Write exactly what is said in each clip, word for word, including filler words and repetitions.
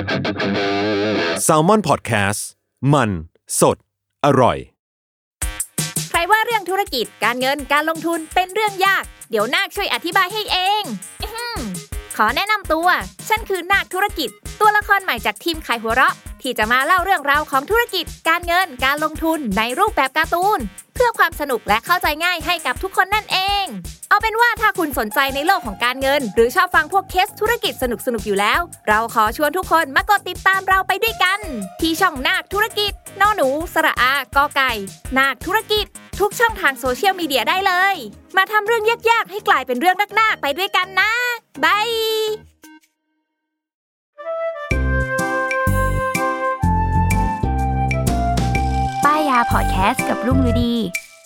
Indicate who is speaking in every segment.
Speaker 1: Salmon Podcast มันสดอร่อย
Speaker 2: ใครว่าเรื่องธุรกิจการเงินการลงทุนเป็นเรื่องยากเดี๋ยวนาคช่วยอธิบายให้เองขอแนะนำตัวฉันคือนาคธุรกิจตัวละครใหม่จากทีมขายหัวเราะที่จะมาเล่าเรื่องราวของธุรกิจการเงินการลงทุนในรูปแบบการ์ตูนเพื่อความสนุกและเข้าใจง่ายให้กับทุกคนนั่นเองเอาเป็นว่าถ้าคุณสนใจในโลกของการเงินหรือชอบฟังพวกเคสธุรกิจสนุกๆอยู่แล้วเราขอชวนทุกคนมากดติดตามเราไปด้วยกันที่ช่องนาคธุรกิจนอหนูสระอากอไก่นาคธุรกิจทุกช่องทางโซเชียลมีเดียได้เลยมาทำเรื่องยากๆให้กลายเป็นเรื่องน่าๆไปด้วยกันนะบาย
Speaker 3: ป้ายยาพอดแคสต์กับรุ่งฤดี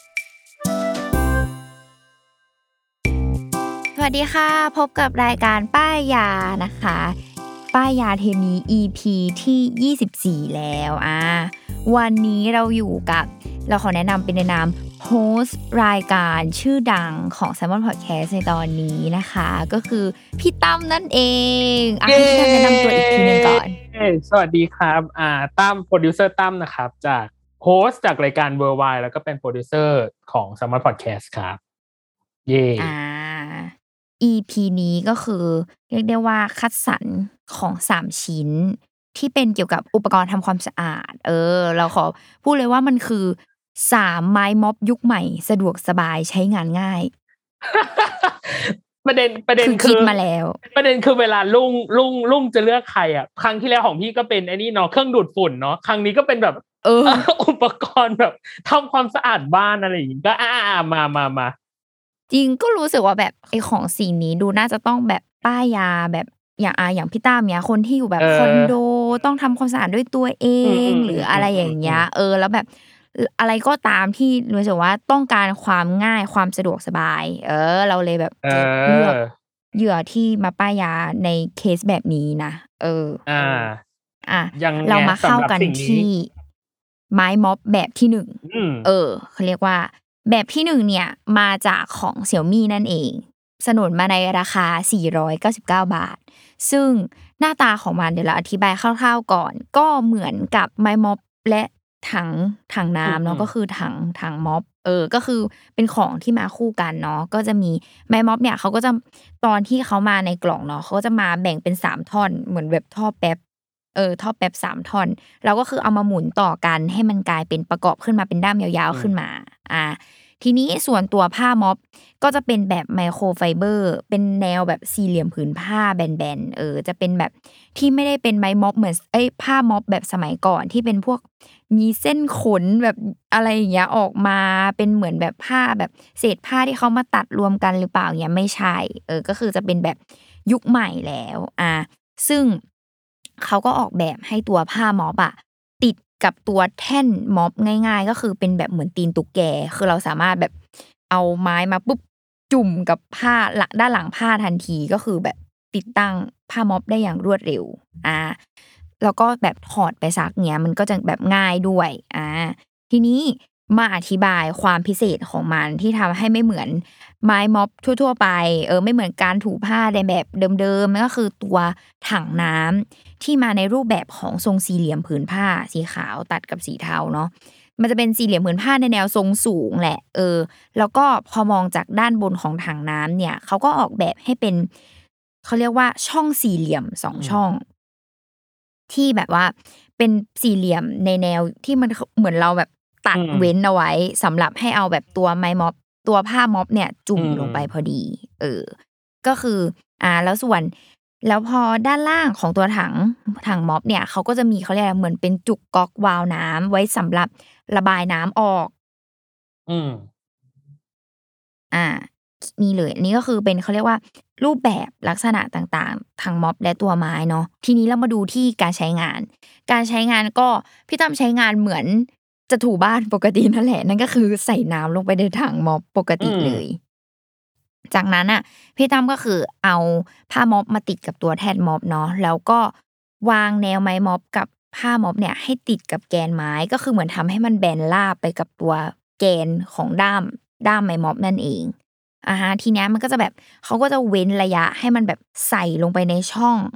Speaker 3: สวัสดีค่ะพบกับรายการป้ายยานะคะป้ายยาเทปนี้ อี พี ที่ยี่สิบสี่แล้วอ่ะวันนี้เราอยู่กับเราขอแนะนำเป็นในนามโฮสต์รายการชื่อดังของ Salmon Podcast ในตอนนี้นะคะก็คือพี่ตั้มนั่นเองอ่ะให้พี่ตั้มแนะนำตัวอีกทีนึงก่อน
Speaker 4: สวัสดีครับอ่าตั้มโปรดิวเซอร์ตั้มนะครับจากโฮสต์จากรายการ Worldwide แล้วก็เป็นโปรดิวเซอร์ของ Salmon Podcast ครับเย่
Speaker 3: อ่า อี พี นี้ก็คือเรียกได้ว่าคัดสรรของสามชิ้นที่เป็นเกี่ยวกับอุปกรณ์ทำความสะอาดเออเราขอพูดเลยว่ามันคือสามไม้ม็อบยุคใหม่สะดวกสบายใช้งานง่าย
Speaker 4: ประเด็นประเด็นคือ
Speaker 3: คิดมาแล้ว
Speaker 4: ประเด็นคือเวลาลุงลุงลุงจะเลือกใครอ่ะครั้งที่แล้วของพี่ก็เป็นไอ้นี่เนาะเครื่องดูดฝุ่นเนาะครั้งนี้ก็เป็นแบบ
Speaker 3: เออ
Speaker 4: อุปกรณ์แบบทำความสะอาดบ้านอะไรอย่างงี้ก็อ่ามามามา
Speaker 3: จริงก็รู้สึกว่าแบบไอ้ของสิ่งนี้ดูน่าจะต้องแบบป้ายยาแบบอย่างอ่ะอย่างพี่ต้าเนี่ยคนที่อยู่แบบคอนโดต้องทำความสะอาดด้วยตัวเองหรืออะไรอย่างเงี้ยเออแล้วแบบอะไรก็ตามที่รู้สึกว่าต้องการความง่ายความสะดวกสบายเออเราเลยแบบเลือกเหยื่อที่มาป้ายยาในเคสแบบนี้นะเออ
Speaker 4: อ่า
Speaker 3: อ่ะเรามาเข้ากันที่ไม้ม็อบแบบที่หนึ่งเออเขาเรียกว่าแบบที่หนึ่งเนี่ยมาจากของ Xiaomi นั่นเองสนุนมาในราคาสี่ร้อยเก้าสิบเก้าบาทซึ่งหน้าตาของมันเดี๋ยวเราอธิบายคร่าวๆก่อนก็เหมือนกับไม้ม็อบและถังถังน้ำเนาะก็คือถังถังม็อบเออก็คือเป็นของที่มาคู่กันเนาะก็จะมีไม้ม็อบเนี่ยเขาก็จะตอนที่เขามาในกล่องเนาะเขาจะมาแบ่งเป็นสามท่อนเหมือนแบบท่อแป๊บเออท่อแป๊บสามท่อนแล้วก็คือเอามาหมุนต่อกันให้มันกลายเป็นประกอบขึ้นมาเป็นด้ามยาวๆขึ้นมาอ่าทีนี้ส่วนตัวผ้าม็อบก็จะเป็นแบบไมโครไฟเบอร์เป็นแนวแบบสี่เหลี่ยมผืนผ้าแบนๆเออจะเป็นแบบที่ไม่ได้เป็นไม้ม็อบเหมือนเอ้ยผ้าม็อบแบบสมัยก่อนที่เป็นพวกมีเส้นขนแบบอะไรอย่างเงี้ยออกมาเป็นเหมือนแบบผ้าแบบเศษผ้าที่เขามาตัดรวมกันหรือเปล่าเงี้ยไม่ใช่เออก็คือจะเป็นแบบยุคใหม่แล้วอ่ะซึ่งเขาก็ออกแบบให้ตัวผ้าม็อบอะติดกับตัวแท่นม็อบง่ายๆก็คือเป็นแบบเหมือนตีนตุ๊กแกคือเราสามารถแบบเอาไม้มาปุ๊บจุ่มกับผ้าด้านหลังผ้าทันทีก็คือแบบติดตั้งผ้าม็อบได้อย่างรวดเร็วอ่าแล้วก็แบบถอดไปซักเงี้ยมันก็จะแบบง่ายด้วยอ่าทีนี้มาอธิบายความพิเศษของมันที่ทำให้ไม่เหมือนไม้ม็อบทั่วๆไปเออไม่เหมือนการถูผ้าในแบบเดิมๆก็คือตัวถังน้ำที่มาในรูปแบบของทรงสี่เหลี่ยมผืนผ้าสีขาวตัดกับสีเทาเนาะมันจะเป็นสี่เหลี่ยมผืนผ้าในแนวทรงสูงแหละเออแล้วก็พอมองจากด้านบนของถังน้ำเนี่ยเขาก็ออกแบบให้เป็นเขาเรียกว่าช่องสี่เหลี่ยมสองช่องที่แบบว่าเป็นสี่เหลี่ยมในแนวที่มันเหมือนเราแบบตัดเว้นเอาไว้สำหรับให้เอาแบบตัวไม้ม็อบตัวผ้าม็อบเนี่ยจุ่มลงไปพอดีเออก็คืออ่าแล้วส่วนแล้วพอด้านล่างของตัวถังถังม็อบเนี่ยเขาก็จะมีเขาเรียกอะไรเหมือนเป็นจุกก๊อกวาล์วน้ำไว้สำหรับระบายน้ำออก
Speaker 4: อืม
Speaker 3: อ่านี่เลยนี่ก็คือเป็นเขาเรียกว่ารูปแบบลักษณะต่างๆถังม็อบและตัวไม้เนาะทีนี้เรามาดูที่การใช้งานการใช้งานก็พี่ตั้มใช้งานเหมือนจะถูบ้านปกตินั่นแหละนั่นก็คือใส่น้ำลงไปในถังม็อบปกติเลยจากนั้นอ่ะพี่ตั้มก็คือเอาผ้าม็อบมาติดกับตัวแท่นม็อบเนาะแล้วก็วางแนวไม้ม็อบกับผ้าม็อบเนี่ยให้ติดกับแกนไม้ก็คือเหมือนทำให้มันแบนราบไปกับตัวแกนของด้ามด้ามไม้ม็อบนั่นเองอ่าฮะทีนี้มันก็จะแบบเขาก็จะเว้นระยะให้มันแบบใส่ลงไปในช่อง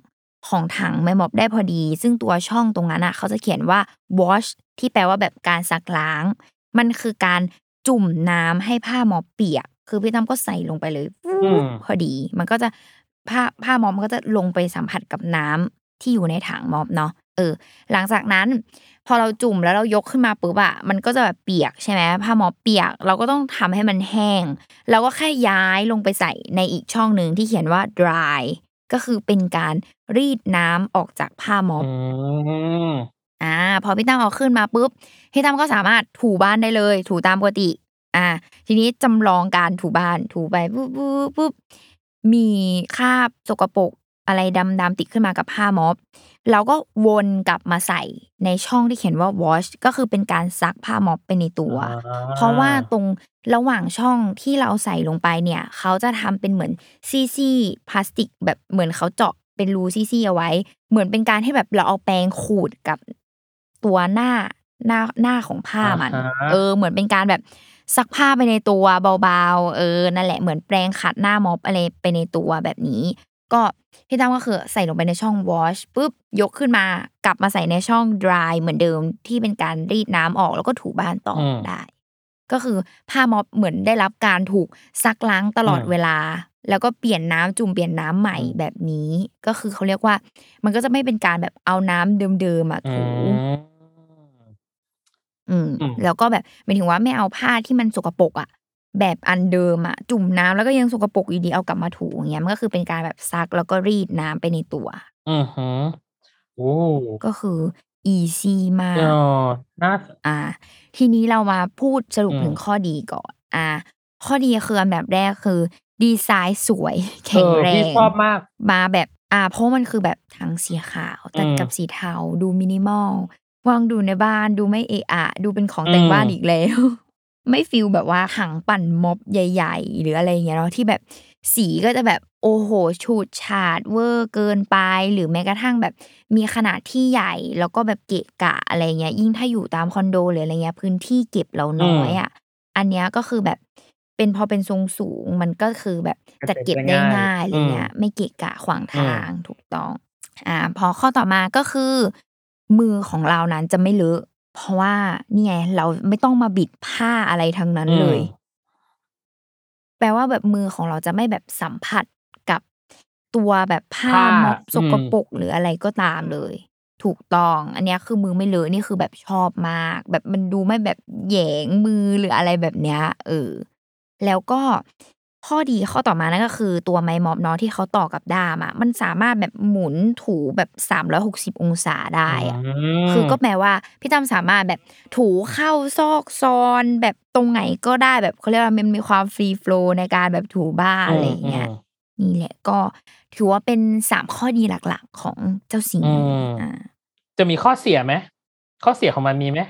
Speaker 3: ของถังไม้ม็อบได้พอดีซึ่งตัวช่องตรงนั้นอ่ะเขาจะเขียนว่า wash ที่แปลว่าแบบการซักล้างมันคือการจุ่มน้ำให้ผ้าม็อบเปียกคือพี่ตั้มก็ใส่ลงไปเลยพอดีมันก็จะผ้าผ้าม็อบมันก็จะลงไปสัมผัสกับน้ำที่อยู่ในถังม็อบเนาะเออหลังจากนั้นพอเราจุ่มแล้วเรายกขึ้นมาปุ๊บอะมันก็จะแบบเปียกใช่ไหมผ้าม็อบเปียกเราก็ต้องทำให้มันแห้งแล้วก็แค่ย้ายลงไปใส่ในอีกช่องนึงที่เขียนว่า dry ก็คือเป็นการรีดน้ำออกจากผ้าม็อบอ่าพอพี่ตั้มเอาขึ้นมาปุ๊บพี่ตั้มก็สามารถถูบ้านได้เลยถูตามปกติอ่าทีนี้จำลองการถูบ้านถูไปปุ๊บปุ๊บปุ๊บมีคราบสกปรกอะไรดำๆติดขึ้นมากับผ้าม็อบเราก็วนกลับมาใส่ในช่องที่เขียนว่า wash ก็คือเป็นการซักผ้าม็อบไปในตัวเพราะว่าตรงระหว่างช่องที่เราใส่ลงไปเนี่ยเขาจะทำเป็นเหมือนซี่ๆพลาสติกแบบเหมือนเขาเจาะเป็นรูซี่ๆเอาไว้เหมือนเป็นการให้แบบเราเอาแปรงขูดกับตัวหน้าหน้าหน้าของผ้ามันเออเหมือนเป็นการแบบซักผ้าไปในตัวเบาๆเออนั่นแหละเหมือนแปรงขัดหน้าม็อบอะไรไปในตัวแบบนี้ก็พี่ตั้มก็คือใส่ลงไปในช่อง wash ปุ๊บยกขึ้นมากลับมาใส่ในช่อง dry เหมือนเดิมที่เป็นการรีดน้ำออกแล้วก็ถูบ้านต่อได้ก็คือผ้าม็อบเหมือนได้รับการถูกซักล้างตลอดเวลาแล้วก็เปลี่ยนน้ำจุ่มเปลี่ยนน้ำใหม่แบบนี้ก็คือเขาเรียกว่ามันก็จะไม่เป็นการแบบเอาน้ำเดิมๆอ่ะถูอืมแล้วก็แบบหมายถึงว่าไม่เอาผ้าที่มันสกปรกอ่ะแบบอันเดิมอ่ะจุ่มน้ำแล้วก็ยังสกปรกอยู่ดีเอากลับมาถูอย่างเงี้ยมันก็คือเป็นการแบบซักแล้วก็รีดน้ำไปในตัว
Speaker 4: อือฮึโอ้
Speaker 3: ก็คืออีซี่มาก
Speaker 4: เออน่า
Speaker 3: อ่าทีนี้เรามาพูดสรุปถึงข้อดีก่อนอ่าข้อดีคืออันดับแรกคือดีไซน์สวยแข็งแรง
Speaker 4: พี่ชอบมาก
Speaker 3: มาแบบอ่าเพราะมันคือแบบทั้งสีขาวตัดกับสีเทาดูมินิมอลวางดูในบ้านดูไม่เอะอะดูเป็นของแต่งบ้านอีกแล้วไม่ฟีลแบบว่าถังปั่นม็อบใหญ่ๆหรืออะไรอย่างเงี้ยเนาะที่แบบสีก็จะแบบโอ้โหฉูดฉาดเวอร์เกินไปหรือแม้กระทั่งแบบมีขนาดที่ใหญ่แล้วก็แบบเกะกะอะไรเงี้ยยิ่งถ้าอยู่ตามคอนโดหรืออะไรเงี้ยพื้นที่เก็บเราน้อยอ่ะอันเนี้ยก็คือแบบเป็นพอเป็นทรงสูงมันก็คือแบบจัดเก็บได้ง่ายอะไรเงี้ยไม่เกะกะขวางทางถูกต้องอ่าพอข้อต่อมาก็คือมือของเรานั้นจะไม่เลอะเพราะว่านี่ไงเราไม่ต้องมาบิดผ้าอะไรทั้งนั้นเลยแปลว่าแบบมือของเราจะไม่แบบสัมผัสกับตัวแบบผ้าม็อบสกปรกหรืออะไรก็ตามเลยถูกต้องอันนี้คือมือไม่เลอะนี่คือแบบชอบมากแบบมันดูไม่แบบแหยงมือหรืออะไรแบบเนี้ยเออแล้วก็ข้อดีข้อต่อมานั่นก็คือตัวไม้ม็อบเนาะที่เขาต่อกับด้ามอ่ะมันสามารถแบบหมุนถูแบบสามร้อยหกสิบองศาได้อ่ะคือก็แปลว่าพี่ตั้มสามารถแบบถูเข้าซอกซอนแบบตรงไหนก็ได้แบบเขาเรียกว่ามันมีความฟรีโฟลว์ในการแบบถูบ้านอะไรอย่างเงี้ยนี่แหละก็ถือว่าเป็นสามข้อดีหลักๆของเจ้าสิ่งนี้อ่า
Speaker 4: จะมีข้อเสียไหมข้อเสียของมันมีไหม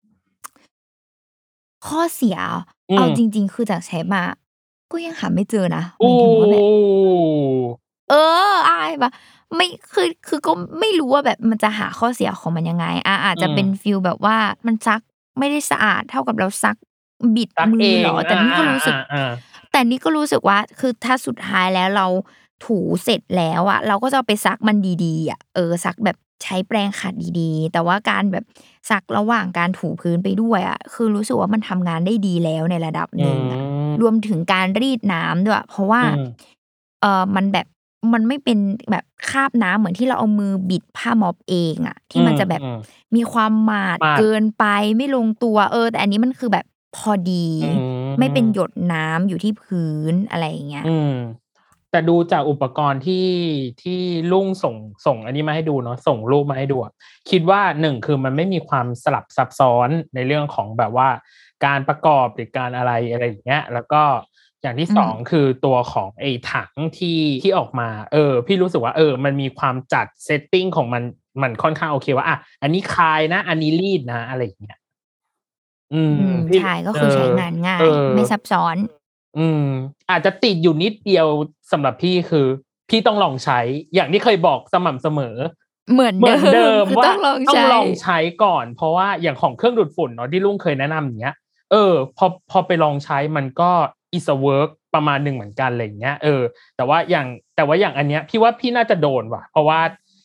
Speaker 3: ข้อเสียเอาจริงๆคือจากใช้มาก็ยังหาไม่เจอนะหมายถึงว่าแบบเอออายปะไม่คือคือก็ไม่รู้ว่าแบบมันจะหาข้อเสียของมันยังไงอ่ะอาจจะเป็นฟีลแบบว่ามันซักไม่ได้สะอาดเท่ากับเราซักบิดมือหรอแต่นี่ก็รู้สึกแต่นี่ก็รู้สึกว่าคือถ้าสุดท้ายแล้วเราถูเสร็จแล้วอ่ะเราก็จะไปซักมันดีๆอ่ะเออซักแบบใช้แปรงขัดดีๆแต่ว่าการแบบซักระหว่างการถูพื้นไปด้วยอ่ะคือรู้สึกว่ามันทำงานได้ดีแล้วในระดับนึงอ่ะรวมถึงการรีดน้ำด้วยเพราะว่าเออมันแบบมันไม่เป็นแบบคราบน้ำเหมือนที่เราเอามือบิดผ้าม็อบเองอ่ะที่มันจะแบบมีความหมาดเกินไปไม่ลงตัวเออแต่อันนี้มันคือแบบพอดีไม่เป็นหยดน้ำอยู่ที่พื้นอะไรอย่างเงี้ย
Speaker 4: แต่ดูจากอุปกรณ์ที่ที่ลุงส่งส่งอันนี้มาให้ดูเนาะส่งรูปมาให้ดูคิดว่าหนึ่งคือมันไม่มีความสลับซับซ้อนในเรื่องของแบบว่าการประกอบหรือการอะไรอะไรอย่างเงี้ยแล้วก็อย่างที่สองคือตัวของไอ้ถังที่ที่ออกมาเออพี่รู้สึกว่าเออมันมีความจัดเซตติ้งของมันมันค่อนข้างโอเคว่าอ่ะอันนี้คลายนะอันนี้รีดนะอะไรอย่างเงี้ย
Speaker 3: อืมใช่ก็คือใช้งานง่ายไม่ซับซ้อน
Speaker 4: อืมอาจจะติดอยู่นิดเดียวสำหรับพี่คือพี่ต้องลองใช้อย่างที่เคยบอกสม่ำเสมอ
Speaker 3: เหมือนเดิม
Speaker 4: ว่าต้องลองใช้ก่อนเพราะว่าอย่างของเครื่องดูดฝุ่นเนาะที่ลุงเคยแนะนำอย่างเงี้ยเออพอพอไปลองใช้มันก็ is a work ประมาณหนึ่งเหมือนกันอะไรอย่างเงี้ยเออแต่ว่าอย่างแต่ว่าอย่างอันเนี้ยพี่ว่าพี่น่าจะโดนว่ะเพราะว่า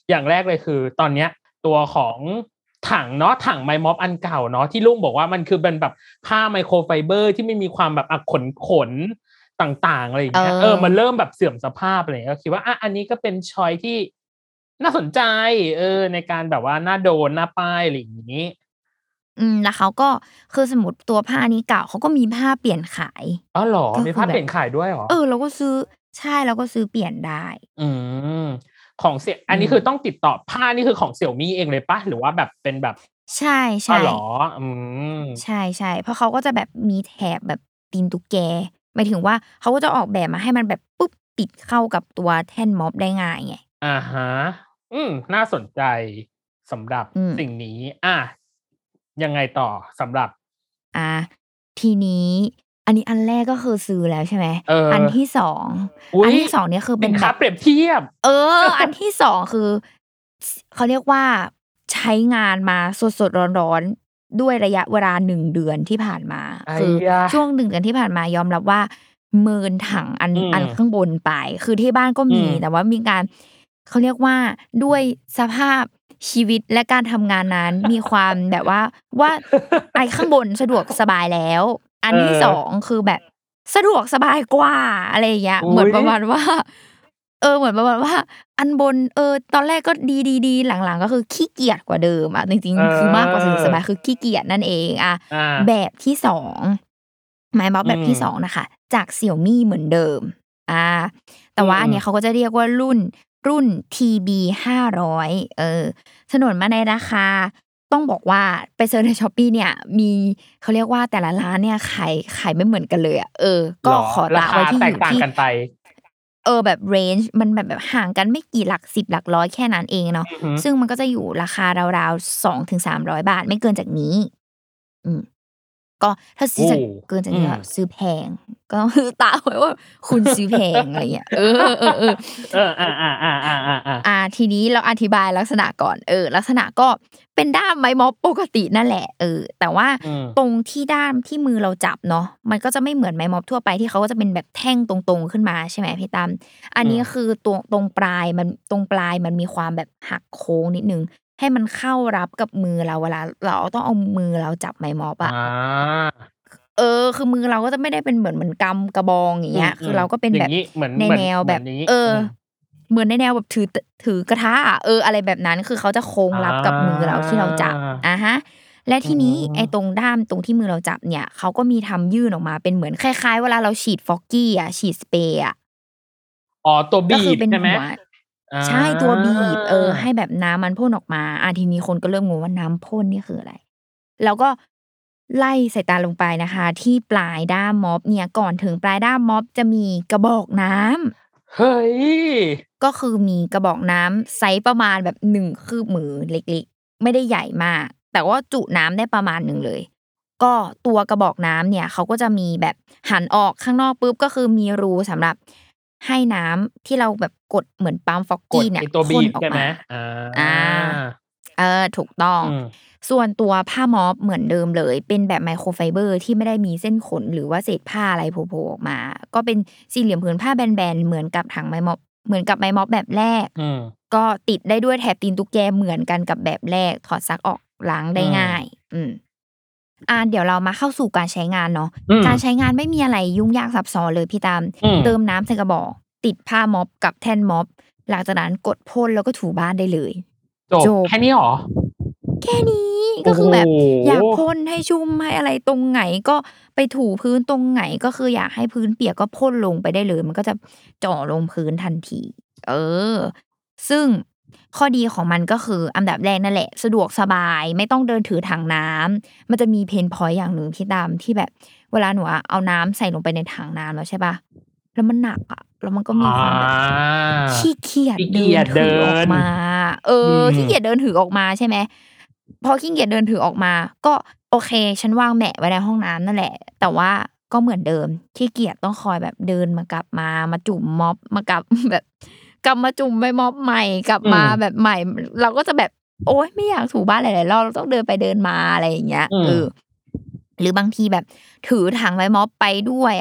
Speaker 4: อย่างแรกเลยคือตอนเนี้ยตัวของถังเนาะถังไมม็อบอันเก่าเนาะที่ลุงบอกว่ามันคือเป็นแบบผ้าไมโครไฟเบอร์ที่ไม่มีความแบบขนขนต่างๆอะไรอย่างเงี้ยเออมันเริ่มแบบเสื่อมสภาพอะไรอย่างเงี้ยก็คิดว่าอ่ะอันนี้ก็เป็นชอยที่น่าสนใจเออในการแบบว่าหน้าโดนหน้าป้ายอะไรอย่างงี้
Speaker 3: อืมแล้วเขาก็คือสมมุติตัวผ้านี้เก่าเขาก็มีผ้าเปลี่ยนขาย
Speaker 4: อ๋อเหรอมีผ้าเปลี่ยนขายด้วยเหรอ
Speaker 3: เออเราก็ซื้อใช่เราก็ซื้อเปลี่ยนได้
Speaker 4: อืมของเสี่ยอันนี้คือต้องติดต่อผ้านี่คือของ Xiaomi เองเลยปะหรือว่าแบบเป็นแบบ
Speaker 3: ใช่
Speaker 4: อ๋อเหร
Speaker 3: ๆ
Speaker 4: ออืม
Speaker 3: ใช่ๆเพราะเขาก็จะแบบมีแถบแบบตีนตุ๊กแกหมายถึงว่าเขาก็จะออกแบบมาให้มันแบบปุ๊บติดเข้ากับตัวแท่นม็อบได้ง่ายไง
Speaker 4: อะฮะอืมน่าสนใจสำหรับ
Speaker 3: อืม
Speaker 4: สิ่งนี้อายังไงต่อสำหรับ
Speaker 3: อาทีนี้อันนี้อันแรกก็คือซื้อแล้วใช่ไหม
Speaker 4: เออ
Speaker 3: อันที่สอง
Speaker 4: อุ๊ย
Speaker 3: อันที่สองเนี่ยคือเป็นแบบ
Speaker 4: สินค้าเปรียบเทียบ
Speaker 3: เอออันที่สองคือสเขาเรียกว่าใช้งานมาสดๆร้อนๆด้วยระยะเวลาหนึ่งเดือนที่ผ่านมา
Speaker 4: อั
Speaker 3: คือ
Speaker 4: ยยะ
Speaker 3: ช่วงหนึ่งเดือนที่ผ่านมายอมรับว่าเมินถังอัน
Speaker 4: อืม
Speaker 3: อันข้างบนไปคือที่บ้านก็มี
Speaker 4: อืม
Speaker 3: แต่ว่ามีการเขาเรียกว่าด้วยสภาพชีวิตและการทำงานนั้นมีความแบบว่าว่าไอ้ข้างบนสะดวกสบายแล้วอั
Speaker 4: เอ
Speaker 3: นที่สอง
Speaker 4: อ
Speaker 3: คือแบบสะดวกสบายกว่าอะไรอย่างเงี้ยเหมื
Speaker 4: อุ๊ย
Speaker 3: อนประมาณว่าเออเหมือนประมาณว่าอันบนเออตอนแรกก็ดีๆๆหลังๆก็คือขี้เกียจกว่าเดิมอะจริง
Speaker 4: เอ
Speaker 3: ๆคือมากกว่าสะดวกส
Speaker 4: อ
Speaker 3: บายคือขี้เกียจนั่นเองอะ
Speaker 4: อา
Speaker 3: แบบที่สองไม้เมาส์
Speaker 4: อื
Speaker 3: แบบที่สอง
Speaker 4: ม
Speaker 3: น่ะค่ะจาก Xiaomi เหมือนเดิมอาแต่
Speaker 4: อื
Speaker 3: ว่าอัน
Speaker 4: ม
Speaker 3: เนี้ยเขาก็จะเรียกว่ารุ่นรุ่น ที บี ห้าร้อยเออโฉนวนมาในราคาต้องบอกว่าไปเซิร์ชใน Shopee เนี่ยมีเขาเรียกว่าแต่ละร้านเนี่ยขายขายไม่เหมือนกันเลยอะเออก็
Speaker 4: เหรอ
Speaker 3: ขอ
Speaker 4: ราคา
Speaker 3: ตะไว้ที่
Speaker 4: แต
Speaker 3: อยู่ที่
Speaker 4: กต่างกันไป
Speaker 3: เออแบบเรนจ์มันแบบแบบห่างกันไม่กี่หลักสิบหลักร้อยแค่นั้นเองเนาะ
Speaker 4: อือฮึ
Speaker 3: ซึ่งมันก็จะอยู่ราคาราวๆสองถึงสามร้อยบาทไม่เกินจากนี้อืมก็ถ้าซื้อ
Speaker 4: โอ้
Speaker 3: จากเกินจากนี้
Speaker 4: อืม
Speaker 3: ก็ซื้อแพงก็คือตามไว้ว่าคุณซื้อแพงอะไรเงี้ยเออๆๆๆ
Speaker 4: เอออาๆๆๆๆ
Speaker 3: อ่าทีนี้เราอธิบายลักษณะก่อนเออลักษณะก็เป็นด้ามไม้ม็อบปกตินั่นแหละเออแต่ว่า
Speaker 4: อืม
Speaker 3: ตรงที่ด้ามที่มือเราจับเนาะมันก็จะไม่เหมือนไม้ม็อบทั่วไปที่เขาก็จะเป็นแบบแท่งตรงๆขึ้นมาใช่ไหมพี่ตั้มอัน
Speaker 4: อืม
Speaker 3: นี้คือตรงตรงปลายมันตรงปลายมันมีความแบบหักโค้งนิดหนึ่งให้มันเข้ารับกับมือเราเวลาเราต้องเอามือเราจับไม้ม็อบ
Speaker 4: อา
Speaker 3: อะเออคือมือเราก็จะไม่ได้เป็นเหมือนเหมือนกำกระบองอย่าง
Speaker 4: อื
Speaker 3: เงี้ยคือ
Speaker 4: ม
Speaker 3: เราก็เป็นแบบ
Speaker 4: ๆอย่างงี้เหมือน
Speaker 3: ใน
Speaker 4: เหมือน
Speaker 3: แนวแบบ
Speaker 4: เหมือนนี้
Speaker 3: เออ
Speaker 4: อืม
Speaker 3: เหมือนในแนวแบบถือตถือกระทะอะเอออะไรแบบนั้นคือเขาจะโค้ง
Speaker 4: อ
Speaker 3: รับกับมือ
Speaker 4: า
Speaker 3: เราที่เราจับอะฮะและ
Speaker 4: อื
Speaker 3: ทีนี้ไอ้ตรง
Speaker 4: ม
Speaker 3: ด้ามตรงที่มือเราจับเนี่ยเขาก็มีทำยื่นออกมาเป็นเหมือนคล้ายๆเวลาเราฉีดฟอกกี้อะฉีดสเปรย์อะ
Speaker 4: อ๋อตัวบี
Speaker 3: ก็คือเป็น
Speaker 4: บใช่ไหม
Speaker 3: หัว
Speaker 4: อา
Speaker 3: ใช่ตัวบีบเออให้แบบน้ำมันพ่นออกมาอาทีนี้คนก็เริ่มงงว่าน้ำพ่นนี่คืออะไรแล้วก็ไล่สายตาลงไปนะคะที่ปลายด้ามม็อบเนี่ยก่อนถึงปลายด้ามม็อบจะมีกระบอกน้ำ
Speaker 4: เฮ้ย
Speaker 3: ก็คือมีกระบอกน้ำไซซ์ประมาณแบบหนึ่งคืบมือเล็กๆไม่ได้ใหญ่มากแต่ว่าจุน้ำได้ประมาณหนึ่งเลยก็ตัวกระบอกน้ำเนี่ยเขาก็จะมีแบบหันออกข้างนอกปุ๊บก็คือมีรูสำหรับให้น้ำที่เราแบบกดเหมือนปั๊มฟอกกี้เนี่ย
Speaker 4: กดไอ้ตัวบี
Speaker 3: พ่นออกมา
Speaker 4: บใช่ไหมอา
Speaker 3: อาเออถูกต้อง
Speaker 4: อืม
Speaker 3: ส่วนตัวผ้าม็อบเหมือนเดิมเลยเป็นแบบไมโครไฟเบอร์ที่ไม่ได้มีเส้นขนหรือว่าเศษผ้าอะไรโผล่ๆออกมาก็เป็นสี่เหลี่ยมผืนผ้าแบนๆเหมือนกับถังไม้ม็อบ เหมือนกับไม้ม็อบแบบแรก
Speaker 4: อืม
Speaker 3: ก็ติดได้ด้วยแถบตีนตุ๊กแกเหมือนกันกับแบบแรกถอดซักออกล้าง
Speaker 4: อื
Speaker 3: ได้
Speaker 4: ม
Speaker 3: ง่ายอืมอาเดี๋ยวเรามาเข้าสู่การใช้งานเนาะ
Speaker 4: อืม
Speaker 3: การใช้งานไม่มีอะไรยุ่งยากซับซ้อนเลยพี่ตาม
Speaker 4: อืม
Speaker 3: เติมน้ำใส่กระบอกติดผ้าม็อบกับแท่นม็อบหลังจากนั้นกดพ่นแล้วก็ถูบ้านได้เลย
Speaker 4: จบ
Speaker 3: จบ
Speaker 4: แค่นี้เหรอ
Speaker 3: แค่นี้ก็
Speaker 4: โอ้โฮ
Speaker 3: คือแบบอยากพ่นให้ชุ่มให้อะไรตรงไหนก็ไปถูพื้นตรงไหนก็คืออยากให้พื้นเปียกก็พ่นลงไปได้เลยมันก็จะเจ่อลงพื้นทันทีเออซึ่งข้อดีของมันก็คืออันดับแรกนั่นแหละสะดวกสบายไม่ต้องเดินถือถังน้ำมันจะมีเพนพอยต์อย่างหนึ่งพี่ตามที่แบบเวลาหนูอะเอาน้ำใส่ลงไปในถังน้ำแล้วใช่เปล่าแล้วมันหนักอะแล้วมันก็มี
Speaker 4: อา
Speaker 3: ความแบบขี้เกียจ
Speaker 4: ขี้
Speaker 3: เดิ
Speaker 4: เกียจเดิ
Speaker 3: นถือออก
Speaker 4: น
Speaker 3: มาเอ
Speaker 4: อื
Speaker 3: อ
Speaker 4: ม
Speaker 3: ขี้เกียจเดินถือออกมาใช่ไหม พอขี้เกียจเดินถือออกมาก็โอเคฉันวางแหมะไว้ในห้องน้ำนั่นแหละแต่ว่าก็เหมือนเดิมขี้เกียจต้องคอยแบบเดินมากลับมามาจุ่มม็อบมากลับแบบกลับมาจุ่มไปม็อบใหม่กลับมา
Speaker 4: อืม
Speaker 3: แบบใหม่เราก็จะแบบโอ๊ยไม่อยากถูบ้านหลายๆรอบเราต้องเดินไปเดินมาอะไรอย่างเงี้ย
Speaker 4: อืม
Speaker 3: เออหรือบางทีแบบถือถังไว้ม็อบไปด้วยอะ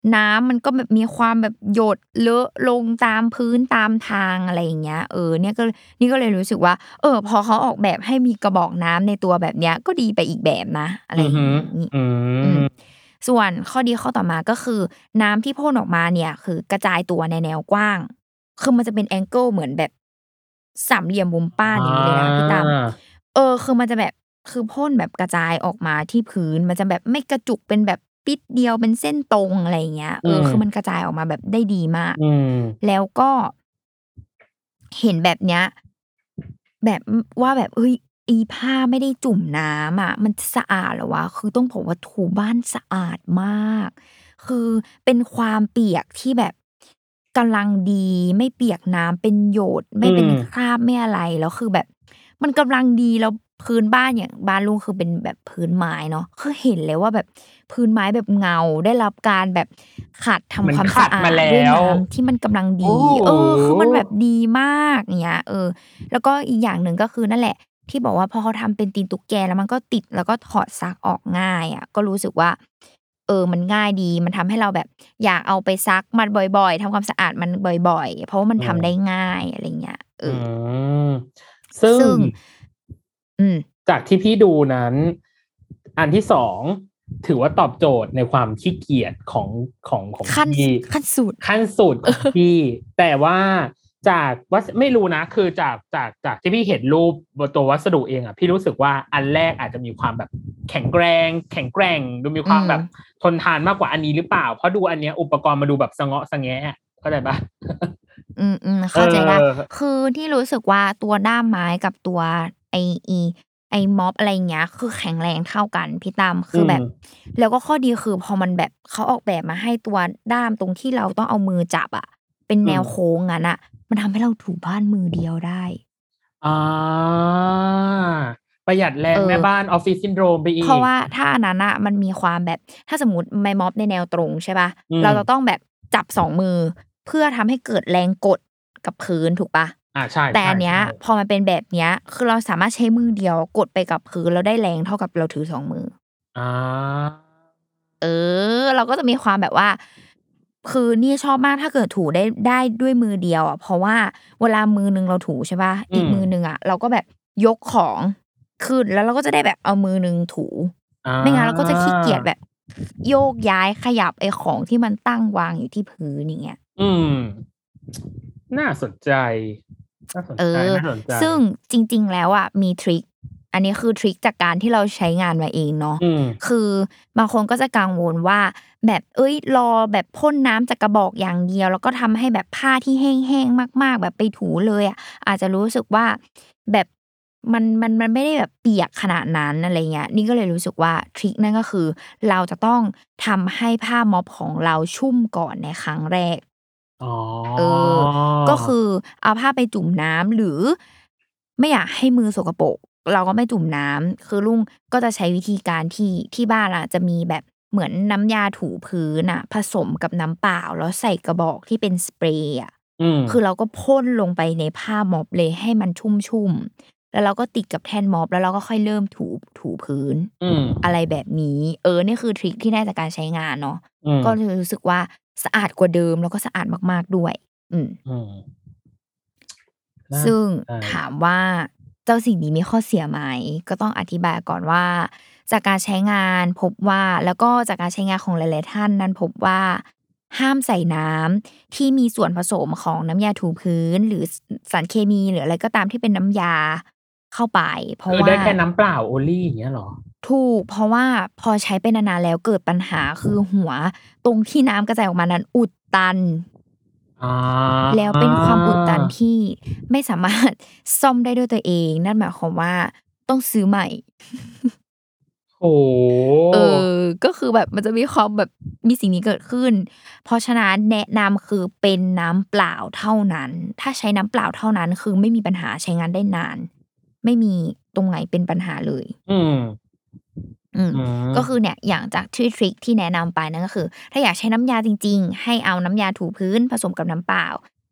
Speaker 3: น้ำมันก็แบบมีความแบบหยดเลอะลงตามพื้นตามทางอะไรอย่างเงี้ยเออเนี่ยก็นี่ก็เลยรู้สึกว่าเออพอเขาออกแบบให้มีกระบอกน้ำในตัวแบบเนี้ยก็ดีไปอีกแบบนะอะไรอย่างงี้อืมส่วนข้อดีข้อต่อมาก็คือน้ำที่พ่นออกมาเนี่ยคือกระจายตัวในแนวกว้างคือมันจะเป็นแองเกิลเหมือนแบบสามเหลี่ยมมุมป้านอย่างนี้เลยนะพี่ตั้มเออคือมันจะแบบคือพ่นแบบกระจายออกมาที่พื้นมันจะแบบไม่กระจุกเป็นแบบปิดเดียวเป็นเส้นตรงอะไรอย่างเงี้ยเออคือมันกระจายออกมาแบบได้ดีมากแล้วก็เห็นแบบเนี้ยแบบว่าแบบเฮ้ยอีผ้าไม่ได้จุ่มน้ำอ่ะมันสะอาดเหรอวะคือต้องบอกว่าถูบ้านสะอาดมากคือเป็นความเปียกที่แบบกำลังดีไม่เปียกน้ำเป็นหยดไม่เป็นคราบไม่อะไรแล้วคือแบบมันกำลังดีแล้วพื้นบ้านอย่างบ้านลุงคือเป็นแบบพื้นไม้เนาะคือเห็นเลยว่าแบบพื้นไม้แบบเงาได้รับการแบบขัดทำความสะอาดด้วยน้ำที่มันกำลังดีเออคือมันแบบดีมากเงี้ยเออแล้วก็อีกอย่างหนึ่งก็คือนั่นแหละที่บอกว่าพอเขาทำเป็นตีนตุ๊กแกแล้วมันก็ติดแล้วก็ถอดซักออกง่ายอ่ะก็รู้สึกว่าเออมันง่ายดีมันทำให้เราแบบอยากเอาไปซักมันบ่อยๆทำความสะอาดมันบ่อยๆเพราะว่ามันทำได้ง่ายอะไรเงี้ยเออ
Speaker 4: ซึ่ง
Speaker 3: อืม
Speaker 4: จากที่พี่ดูนั้นอันที่สองถือว่าตอบโจทย์ในความขี้เกียจของของของพี่
Speaker 3: ขั้นสุด
Speaker 4: ขั้นสุดของพี่แต่ว่าจากว่าไม่รู้นะคือจากจากจากที่พี่เห็นรูปบนตัววัสดุเองอ่ะพี่รู้สึกว่าอันแรกอาจจะมีความแบบแข็งแกร่งแข็งแกร่งดูมีความแบบทนทานมากกว่าอันนี้หรือเปล่าเพราะดูอันเนี้ยอุปกรณ์มาดูแบบสะเงาะสะแงะเข้าใจปะ
Speaker 3: อืมอืมเข้าใจได้คือที่รู้สึกว่าตัวด้ามไม้กับตัวไออีไอ้ม็อบอะไรเงี้ยคือแข็งแรงเท่ากันพี่ตั้มคือแบบแล้วก็ข้อดีคือพอมันแบบเขาออกแบบมาให้ตัวด้ามตรงที่เราต้องเอามือจับอ่ะเป็นแนวโค้งงั้นอ่ะมันทำให้เราถูบ้านมือเดียวได้
Speaker 4: อ่าประหยัดแรงแม่บ้านออฟฟิศซินโดรมไปอีก
Speaker 3: เพราะว่าถ้าอันนั้นอ่ะมันมีความแบบถ้าสมมติไม้ม็อบในแนวตรงใช่ป่ะเราจะต้องแบบจับสองมือเพื่อทำให้เกิดแรงกดกับพื้นถูกป่ะ
Speaker 4: อ่าใช่
Speaker 3: แต่อันเนี้ยพอมันเป็นแบบเนี้ยคือเราสามารถใช้มือเดียวกดไปกับพื้นแล้วได้แรงเท่ากับเราถือสองมือ
Speaker 4: อ่า
Speaker 3: เออเราก็จะมีความแบบว่าคือนี่ชอบมากถ้าเกิดถูได้ได้ด้วยมือเดียวอ่ะเพราะว่าเวลามือนึงเราถูใช่ป่ะอีกมือนึงอ่ะเราก็แบบยกของขึ้นแล้วเราก็จะได้แบบเอามือนึงถูไม่งั้นเราก็จะขี้เกียจแบบโยกย้ายขยับไอ้ของที่มันตั้งวางอยู่ที่พื้นอย่างเงี้ย
Speaker 4: อืมน่าสนใจน่าสนใจน่าสนใจ
Speaker 3: ซึ่งจริงๆแล้วอ่ะมีทริคอันนี้คือทริคจากการที่เราใช้งานมาเองเนาะคือบางคนก็จะกังวลว่าแบบเอ้ยรอแบบพ่นน้ำจากกระบอกอย่างเดียวแล้วก็ทำให้แบบผ้าที่แห้งๆมากๆแบบไปถูเลยอ่ะอาจจะรู้สึกว่าแบบมันมันมันไม่ได้แบบเปียกขนาดนั้นอะไรเงี้ยนี่ก็เลยรู้สึกว่าทริคนั่นก็คือเราจะต้องทำให้ผ้าม็อบของเราชุ่มก่อนในครั้งแรก
Speaker 4: อ๋อ
Speaker 3: เออก็คือเอาผ้าไปจุ่มน้ำหรือไม่อยากให้มือสกปรกเราก็ไม่จุ่มน้ำคือลุงก็จะใช้วิธีการที่ที่บ้านอ่ะจะมีแบบเหมือนน้ำยาถูพื้นอ่ะผสมกับน้ำเปล่าแล้วใส่กระบอกที่เป็นสเปรย์อ่ะคือเราก็พ่นลงไปในผ้าม็อบเลยให้มันชุ่มๆแล้วเราก็ติดกับแท่นม็อบแล้วเราก็ค่อยเริ่มถูถูพื้นอะไรแบบนี้เออนี่คือทริคที่ได้จากการใช้งานเนาะก็รู้สึกว่าสะอาดกว่าเดิมแล้วก็สะอาดมากๆด้วยอืมซึ่งถามว่าเจ้าสิ่งนี้มีข้อเสียไหมก็ต้องอธิบายก่อนว่าจากการใช้งานพบว่าแล้วก็จากการใช้งานของหลายๆท่านนั้นพบว่าห้ามใส่น้ำที่มีส่วนผสมของน้ำยาถูพื้นหรือสารเคมีหรืออะไรก็ตามที่เป็นน้ำยาเข้าไปเพราะว่า
Speaker 4: ได้แค่น้ำเปล่าโอลี่อย่างเงี้ยหรอ
Speaker 3: ถูกเพราะว่าพอใช้ไปนานๆแล้วเกิดปัญหาคือหัวตรงที่น้ำกระจายออกมานั้นอุดตันแล้วเป็นความอุดตันที่ไม่สามารถซ่อมได้ด้วยตัวเองนั่นหมายความว่าต้องซื้อใหม่
Speaker 4: โอ้
Speaker 3: เออก็คือแบบมันจะมีความแบบมีสิ่งนี้เกิดขึ้นเพราะฉะนั้นแนะนำคือเป็นน้ำเปล่าเท่านั้นถ้าใช้น้ำเปล่าเท่านั้นคือไม่มีปัญหาใช้งานได้นานไม่มีตรงไหนเป็นปัญหาเลย
Speaker 4: อืม
Speaker 3: อืมก็คือเนี่ยอย่างจากที่ทริคที่แนะนำไปนั่นก็คือถ้าอยากใช้น้ำยาจริงๆให้เอาน้ำยาถูพื้นผสมกับน้ำเปล่า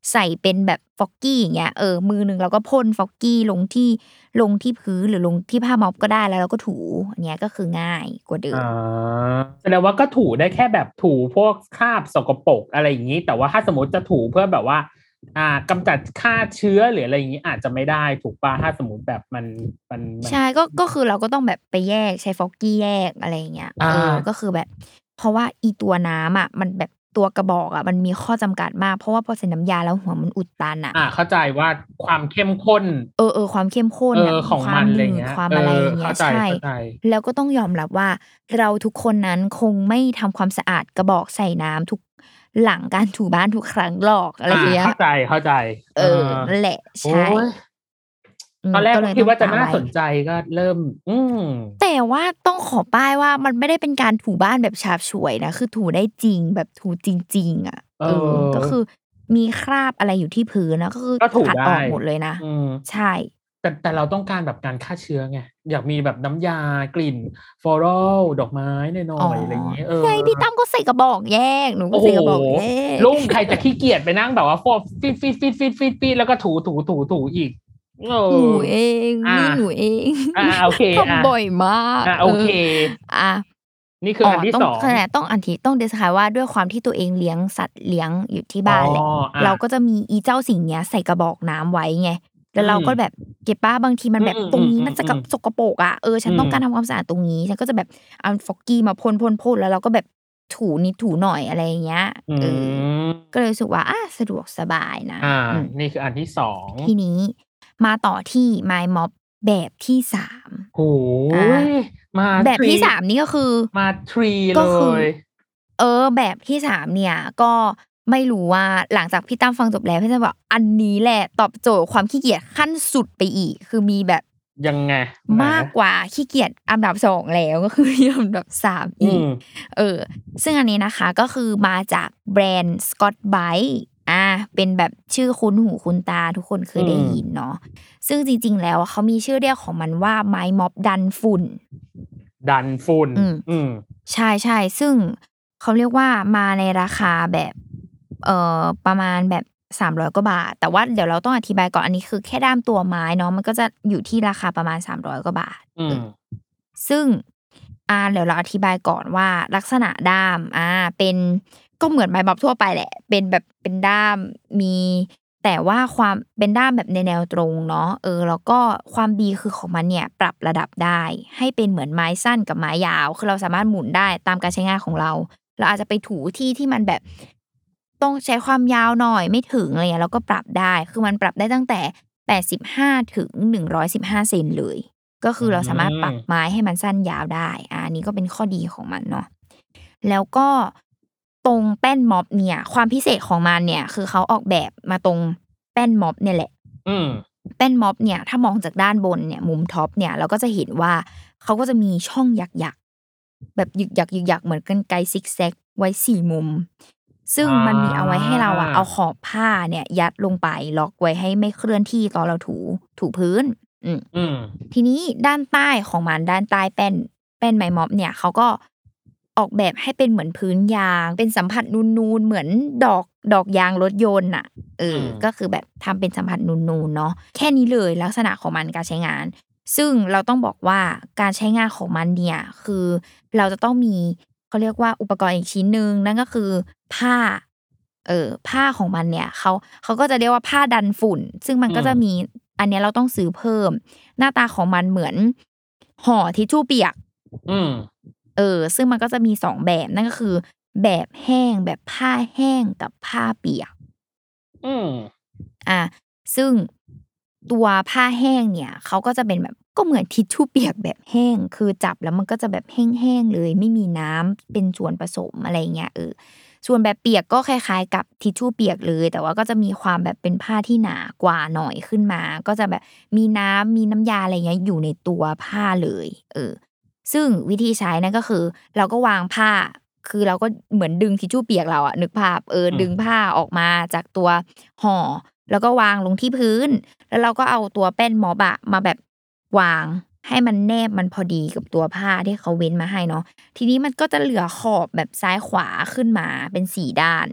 Speaker 3: ใส่เป็นแบบฟอกกี้อย่างเงี้ยเออมือนึงเราก็พ่นฟอกกี้ลงที่ลงที่พื้นหรือลงที่ผ้าม็อบก็ได้แล้วเราก็ถูอันเนี้ยก็คือง่ายกว่าเดิม
Speaker 4: อ่าแสดงว่าก็ถูได้แค่แบบถูพวกคราบสกปรกอะไรอย่างนี้แต่ว่าถ้าสมมติจะถูเพื่อแบบว่าอ่ากำจัดฆ่าเชื้อหรืออะไรอย่างนี้อาจจะไม่ได้ถูกป่ะถ้าสมมติแบบมันมัน
Speaker 3: ใช่ก็ก็คือเราก็ต้องแบบไปแยกใช้ฟอกกี้แยกอะไรอย่างเงี้ยเออก็คือแบบเพราะว่าอีตัวน้ำอ่ะมันแบบตัวกระบอกอ่ะมันมีข้อจำกัดมากเพราะว่าพอใส่น้ำยาแล้วหัวมันอุดตันอ่ะ
Speaker 4: อ่าเข้าใจว่าความเข้มข้น
Speaker 3: เออเออความเข้มข้น
Speaker 4: อ่ะของมันอะไรเงี้ย
Speaker 3: ความอะไรอย่างเงี้ยใช่แล้วก็ต้องยอมรับว่าเราทุกคนนั้นคงไม่ทำความสะอาดกระบอกใส่น้ำทุกหลังการถูบ้านทุกครั้งหรอกอะไรเงี้ย
Speaker 4: เข้าใจเข้าใจ
Speaker 3: เออนั่นแหละใช่
Speaker 4: ตอนแรกคิดว่าจะน่าสนใจก็เริ่มอืม
Speaker 3: แต่ว่าต้องขอป้ายว่ามันไม่ได้เป็นการถูบ้านแบบฉาบฉวยนะคือถูได้จริงแบบถูจริงๆอ่ะเออก็คือมีคราบอะไรอยู่ที่พื้นนะก็คือขัดออกหมดเลยนะใช่
Speaker 4: แต่แต่เราต้องการแบบการฆ่าเชื้อไงอยากมีแบบน้ำยากลิ่นฟลอรัลดอกไม้หน่อยๆอะไรอย่างเงี้ยเออ
Speaker 3: ใช่พี่ตั้มก็ใส่กระบอกแยกหนูก็ใส่กระบอกแยก
Speaker 4: ลุงใครจะขี้เกียจไปนั่งแบบว่าฟอฟีดฟีดฟีดฟีดฟีดฟีดแล้วก็ถูถูถูถูอีก
Speaker 3: หนูเองนี่หนูเอง
Speaker 4: อ่าโอเค
Speaker 3: ทำบ่อยมาก
Speaker 4: อ่าโอเค
Speaker 3: อ่ะ
Speaker 4: นี่คืออันที่สอง
Speaker 3: แต่ต้องอันที่ต้องเดสคายว่าด้วยความที่ตัวเองเลี้ยงสัตว์เลี้ยงอยู่ที่บ้านแหละเราก็จะมีอีเจ้าสิ่งเนี้ยใส่กระบอกน้ำไว้ไงแล้วเราก็แบบเก็บป้าบางทีมันแบบตรงนี้มันจะกับสกปรกอ่ะเออฉันต้องการทำความสะอาดตรงนี้ฉันก็จะแบบเอาฟอกกี้มาพ่นพ่นพ่นแล้วเราก็แบบถูนิดถูหน่อยอะไรอย่างเงี้ยเออก็เลยรู้สึกว่าอ่ะสะดวกสบายนะ
Speaker 4: อ่านี่คืออันที่สอง
Speaker 3: ทีนี้มาต่อที่ My Mob แบบที่สาม
Speaker 4: โอ้ยมา
Speaker 3: แบบที่สามนี่ก็คือ
Speaker 4: มาทรีเลย
Speaker 3: เออแบบที่สามเนี่ยก็ไม่รู้ว่าหลังจากพี่ตั้มฟังจบแล้วพี่จะบอกอันนี้แหละตอบโจทย์ความขี้เกียจขั้นสุดไปอีกคือมีแบบ
Speaker 4: ยังไง
Speaker 3: มากกว่าขี้เกียจอันดับสองแล้วก็คืออันดับสามอีกเออซึ่งอันนี้นะคะก็คือมาจากแบรนด์ Scott Brite อ่าเป็นแบบชื่อคุ้นหูคุ้นตาทุกคนเคยได้ยินเนาะซึ่งจริงๆแล้วเขามีชื่อเรียกของมันว่าไม้ม็อบดันฝุ่น
Speaker 4: ดันฝุ่น
Speaker 3: อืมใช่ๆซึ่งเขาเรียกว่ามาในราคาแบบเอ่อประมาณแบบสามร้อยกว่าบาทแต่ว่าเดี๋ยวเราต้องอธิบายก่อนอันนี้คือแค่ด้ามตัวไม้เนาะมันก็จะอยู่ที่ราคาประมาณสามร้อยกว่าบาทซึ่งอ่าเดี๋ยวเราอธิบายก่อนว่าลักษณะด้ามอ่าเป็นก็เหมือนไม้ม็อบทั่วไปแหละเป็นแบบเป็นด้ามมีแต่ว่าความเป็นด้ามแบบในแนวตรงเนาะเออแล้วก็ความดีคือของมันเนี่ยปรับระดับได้ให้เป็นเหมือนไม้สั้นกับไม้ยาวคือเราสามารถหมุนได้ตามการใช้งานของเราเราอาจจะไปถูที่ที่มันแบบต้องใช้ความยาวหน่อยไม่ถึงอะไรเงี้ยเราก็ปรับได้คือมันปรับได้ตั้งแต่แปดสิบห้าถึงหนึ่งร้อยสิบห้าเซนเลยก็คือเราสามารถปรับไม้ให้มันสั้นยาวได้อ่านี้ก็เป็นข้อดีของมันเนาะแล้วก็ตรงแป้นม็อบเนี่ยความพิเศษของมันเนี่ยคือเขาออกแบบมาตรงแป้นม็อบเนี่ยแหละแป้นม็อบเนี่ยถ้ามองจากด้านบนเนี่ยมุมท็อปเนี่ยเราก็จะเห็นว่าเขาก็จะมีช่องหยักๆแบบหยึกหยักหยึกหยักเหมือนกรรไกรซิกแซกไว้สี่มุมซึ่งมันมีเอาไว้ให้เราอะเอาขอบผ้าเนี่ยยัดลงไปล็อกไว้ให้ไม่เคลื่อนที่ตอนเราถูถูพื้นอืมทีนี้ด้านใต้ของมันด้านใต้แป้นแป้นไม้ม็อบเนี่ยเขาก็ออกแบบให้เป็นเหมือนพื้นยางเป็นสัมผัสนูนๆเหมือนดอกดอกยางรถยนต์น่ะเออก็คือแบบทำเป็นสัมผัสนูนๆเนาะแค่นี้เลยลักษณะของมันการใช้งานซึ่งเราต้องบอกว่าการใช้งานของมันเนี่ยคือเราจะต้องมีเขาเรียกว่าอุปกรณ์อีกชิ้นนึงนั่นก็คือผ้าเออผ้าของมันเนี่ยเขาเขาก็จะเรียกว่าผ้าดันฝุ่นซึ่งมันก็จะมีอันนี้เราต้องซื้อเพิ่มหน้าตาของมันเหมือนห่อทิชชู่เปียกอืมเออซึ่งมันก็จะมีสองแบบนั่นก็คือแบบแห้งแบบผ้าแห้งกับผ้าเปียกอืมอ่ะซึ่งตัวผ้าแห้งเนี่ยเขาก็จะเป็นแบบก็เหมือนทิชชู่เปียกแบบแห้งคือจับแล้วมันก็จะแบบแห้งๆเลยไม่มีน้ำเป็นส่วนผสมอะไรเงี้ยเออส่วนแบบเปียกก็คล้ายๆกับทิชชู่เปียกเลยแต่ว่าก็จะมีความแบบเป็นผ้าที่หนากว่าหน่อยขึ้นมาก็จะแบบมีน้ำมีน้ำยาอะไรเงี้ยอยู่ในตัวผ้าเลยเออซึ่งวิธีใช้นั่นก็คือเราก็วางผ้าคือเราก็เหมือนดึงทิชชู่เปียกเราอะนึกภาพเออดึงผ้าออกมาจากตัวห่อแล้วก็วางลงที่พื้นแล้วเราก็เอาตัวแป้นม็อบอะมาแบบวางให้มันแนบมันพอดีกับตัวผ้าที่เขาเว้นมาให้เนาะทีนี้มันก็จะเหลือขอบแบบซ้ายขวาขึ้นมาเป็นสี่ด้าน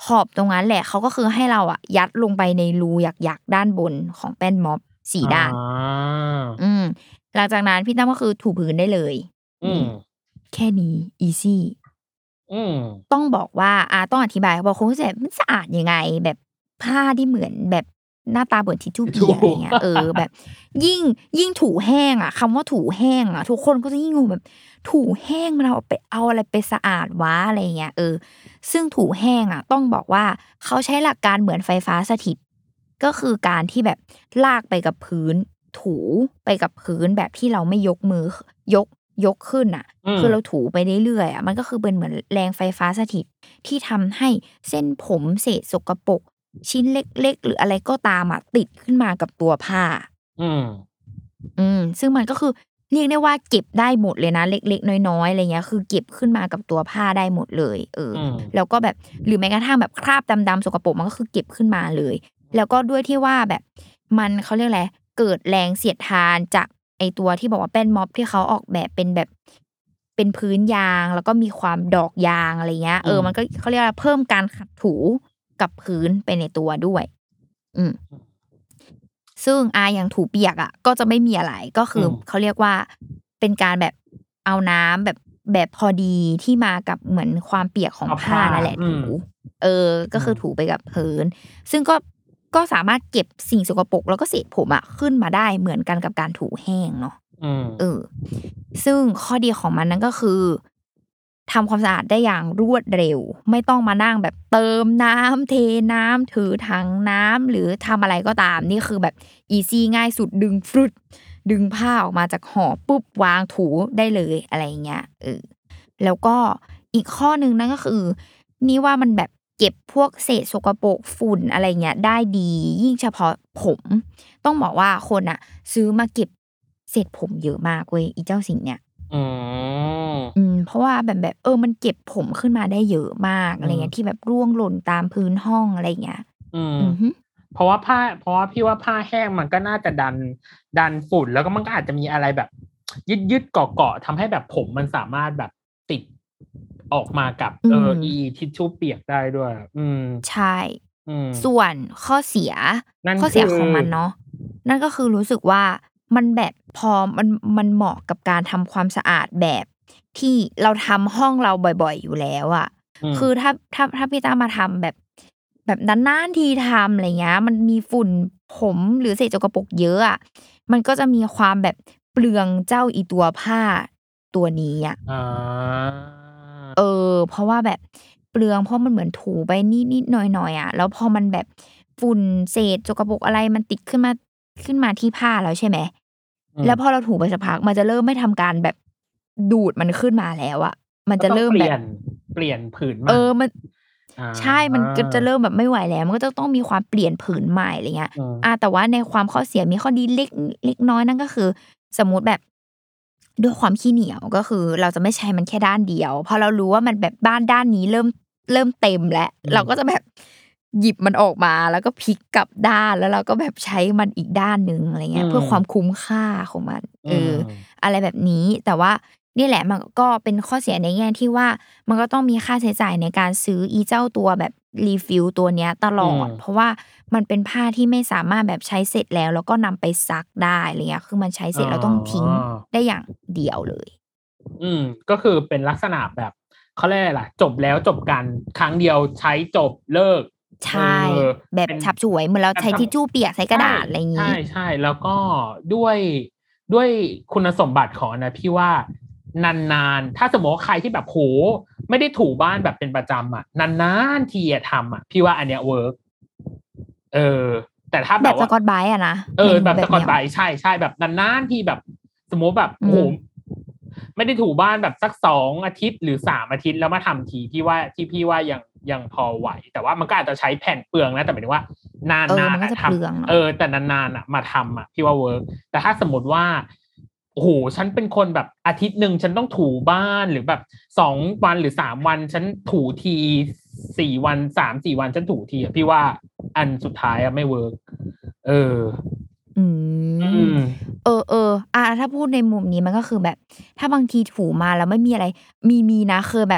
Speaker 3: ขอบตรงนั้นแหละเขาก็คือให้เราอ่ะยัดลงไปในรูหยักๆด้านบนของแป้นม็อบสี่ด้านอืมหลังจากนั้นพี่ตั้มก็คือถูพื้นได้เลยอืมแค่นี้อีซี่อืมต้องบอกว่าอ่าต้องอธิบายบอกคนเข้าใจมันสะอาดยังไงแบบผ้าที่เหมือนแบบหน้าตาเหมือนทิชชู่เปียกอะไรเงี้ยเออแบบยิ่งยิ่งถูแห้งอ่ะคำว่าถูแห้งอ่ะทุกคนก็จะยิ่งงงแบบถูแห้งมันเอาไปเอาอะไรไปสะอาดวะอะไรเงี้ยเออซึ่งถูแห้งอ่ะต้องบอกว่าเขาใช้หลักการเหมือนไฟฟ้าสถิตก็คือการที่แบบลากไปกับพื้นถูไปกับพื้นแบบที่เราไม่ยกมือยกยกขึ้นอ่ะคือเราถูไปเรื่อยๆอ่ะมันก็คือเป็นเหมือนแรงไฟฟ้าสถิตที่ทำให้เส้นผมเศษสกปรกชิ้นเล็กๆหรืออะไรก็ตามอ่ะติดขึ้นมากับตัวผ้าอืมอืมซึ่งมันก็คือเรียกได้ว่าเก็บได้หมดเลยนะเล็กๆน้อยๆอะไรเงี้ยคือเก็บขึ้นมากับตัวผ้าได้หมดเลยเออแล้วก็แบบหรือแม้กระทั่งแบบคราบดำๆสกปรกมันก็คือเก็บขึ้นมาเลยแล้วก็ด้วยที่ว่าแบบมันเขาเรียกอะไรเกิดแรงเสียดทานจากไอตัวที่บอกว่าแป้นม็อบที่เขาออกแบบเป็นแบบเป็นพื้นยางแล้วก็มีความดอกยางอะไรเงี้ยเออมันก็เขาเรียกว่าเพิ่มการขัดถูกับพื้นไปในตัวด้วยอืมซึ่งอาอย่างถูเปียกอ่ะก็จะไม่มีอะไรก็คือเขาเรียกว่าเป็นการแบบเอาน้ำแบบแบบพอดีที่มากับเหมือนความเปียกของผ้านั่นแหละถูเออก็คือถูไปกับพื้นซึ่งก็ก็สามารถเก็บสิ่งสกปรกแล้วก็เศษผมอ่ะขึ้นมาได้เหมือนกันกับการถูแห้งเนาะเออซึ่งข้อดีของมันนั่นก็คือทำความสะอาดได้อย่างรวดเร็วไม่ต้องมานั่งแบบเติมน้ำเทน้ำถือถังน้ำหรือทำอะไรก็ตามนี่คือแบบอีซี่ง่ายสุดดึงฟรุดดึงผ้าออกมาจากห่อปุ๊บวางถูได้เลยอะไรเงี้ยเออแล้วก็อีกข้อนึงนั่นก็คือนี่ว่ามันแบบเก็บพวกเศษสกปรกฝุ่นอะไรเงี้ยได้ดียิ่งเฉพาะผมต้องบอกว่าคนอ่ะซื้อมาเก็บเศษผมเยอะมากเว้ยอีเจ้าสิ่งเนี้ยอืมอืมเพราะว่าแบบแบบเออมันเก็บผมขึ้นมาได้เยอะมากอะไรเงี้ยที่แบบร่วงหล่นตามพื้นห้องอะไรเงี้ยอืม
Speaker 4: เพราะว่าผ้าเพราะว่าพี่ว่าผ้าแห้งมันก็น่าจะดันดันฝุ่นแล้วก็มันก็อาจจะมีอะไรแบบยึดยึดเกาะเกาะทำให้แบบผมมันสามารถแบบติดออกมากับเอออีทิชชู่เปียกได้ด้วยอืม
Speaker 3: ใช่ส่วนข้อเสียข้อเสียของมันเนาะนั่นก็คือรู้สึกว่ามันแบบพอมันมันเหมาะกับการทำความสะอาดแบบที่เราทำห้องเราบ่อยๆอยู่แล้วอ่ะคือถ้าถ้าถ้าพี่ต้ามาทำแบบแบบนานๆทีทำอะไรเงี้ยมันมีฝุ่นผมหรือเศษสกปรกเยอะอ่ะมันก็จะมีความแบบเปลืองเจ้าอีตัวผ้าตัวนี้อ่ะเออเพราะว่าแบบเปลืองเพราะมันเหมือนถูไปนิดๆหน่อยๆอ่ะแล้วพอมันแบบฝุ่นเศษสกปรกอะไรมันติดขึ้นมาขึ้นมาที่ผ้าแล้วใช่ไหมแล้วพอเราถูไปสักพักมันจะเริ่มไม่ทำการแบบดูดมันขึ้นมาแล้วอ่ะมันจะเริ่มแบบ
Speaker 4: เปลี่ยนผืน
Speaker 3: เออมันใช่มันก็จะเริ่มแบบไม่ไหวแล้วมันก็จะต้องมีความเปลี่ยนผืนใหม่อะไรเงี้ยอ่าแต่ว่าในความข้อเสียมีข้อดีเล็กเล็กน้อยนั่นก็คือสมมุติแบบด้วยความขี้เหนียวก็คือเราจะไม่ใช้มันแค่ด้านเดียวพอเรารู้ว่ามันแบบบ้านด้านนี้เริ่มเริ่มเต็มแล้วเราก็จะแบบหยิบมันออกมาแล้วก็พลิกกลับด้านแล้วเราก็แบบใช้มันอีกด้านนึงอะไรเงี้ยเพื่อความคุ้มค่าของมันเอออะไรแบบนี้แต่ว่านี่แหละมันก็เป็นข้อเสียในแง่ที่ว่ามันก็ต้องมีค่าใช้จ่ายในการซื้ออีเจ้าตัวแบบรีฟิลตัวเนี้ยตลอดเพราะว่ามันเป็นผ้าที่ไม่สามารถแบบใช้เสร็จแล้วแล้วก็นำไปซักได้อะไรเงี้ยคือมันใช้เสร็จแล้วต้องทิ้งได้อย่างเดียวเลย
Speaker 4: อืมก็คือเป็นลักษณะแบบเขาเรียกอะไรล่ะจบแล้วจบกันครั้งเดียวใช้จบเลิก
Speaker 3: ใช่แบบฉับฉวยเหมือนเราใช้ทิชชู่เปียกใช้กระดาษอะไรอย่างงี้
Speaker 4: ใช่ใช่แล้วก็ด้วยด้วยคุณสมบัติของนะพี่ว่านานๆถ้าสมมติว่าใครที่แบบโหไม่ได้ถูบ้านแบบเป็นประจำอ่ะนานๆทีอะทำอ่ะพี่ว่าอันเนี้ยเวิร์กเออแต่ถ้าแบบ
Speaker 3: สกอตไบรท์อะนะ
Speaker 4: เออแบบสกอตไบรท์ใช่ใช่แบบนานๆทีแบบสมมติแบบโหไม่ได้ถูบ้านแบบสักสองอาทิตย์หรือสามอาทิตย์แล้วมาทำทีพี่ว่าที่พี่ว่ายังยังพอไหวแต่ว่ามันก็อาจจะใช้แผ่นเปลืองนะแต่หมายถึงว่านานๆอะทำเออแต่นานๆอะมาทำอะพี่ว่าเวิร์กแต่ถ้าสมมติว่าโอ้โหฉันเป็นคนแบบอาทิตย์หนึ่งฉันต้องถูบ้านหรือแบบสองวันหรือสามวันฉันถูทีสี่วันสามสี่วันฉันถูทีอะพี่ว่าอันสุดท้ายอะไม่เวิร์กเออ
Speaker 3: อืมเออเอออ่ะถ้าพูดในมุมนี้มันก็คือแบบถ้าบางทีถูมาแล้วไม่มีอะไรมีมีนะคือแบบ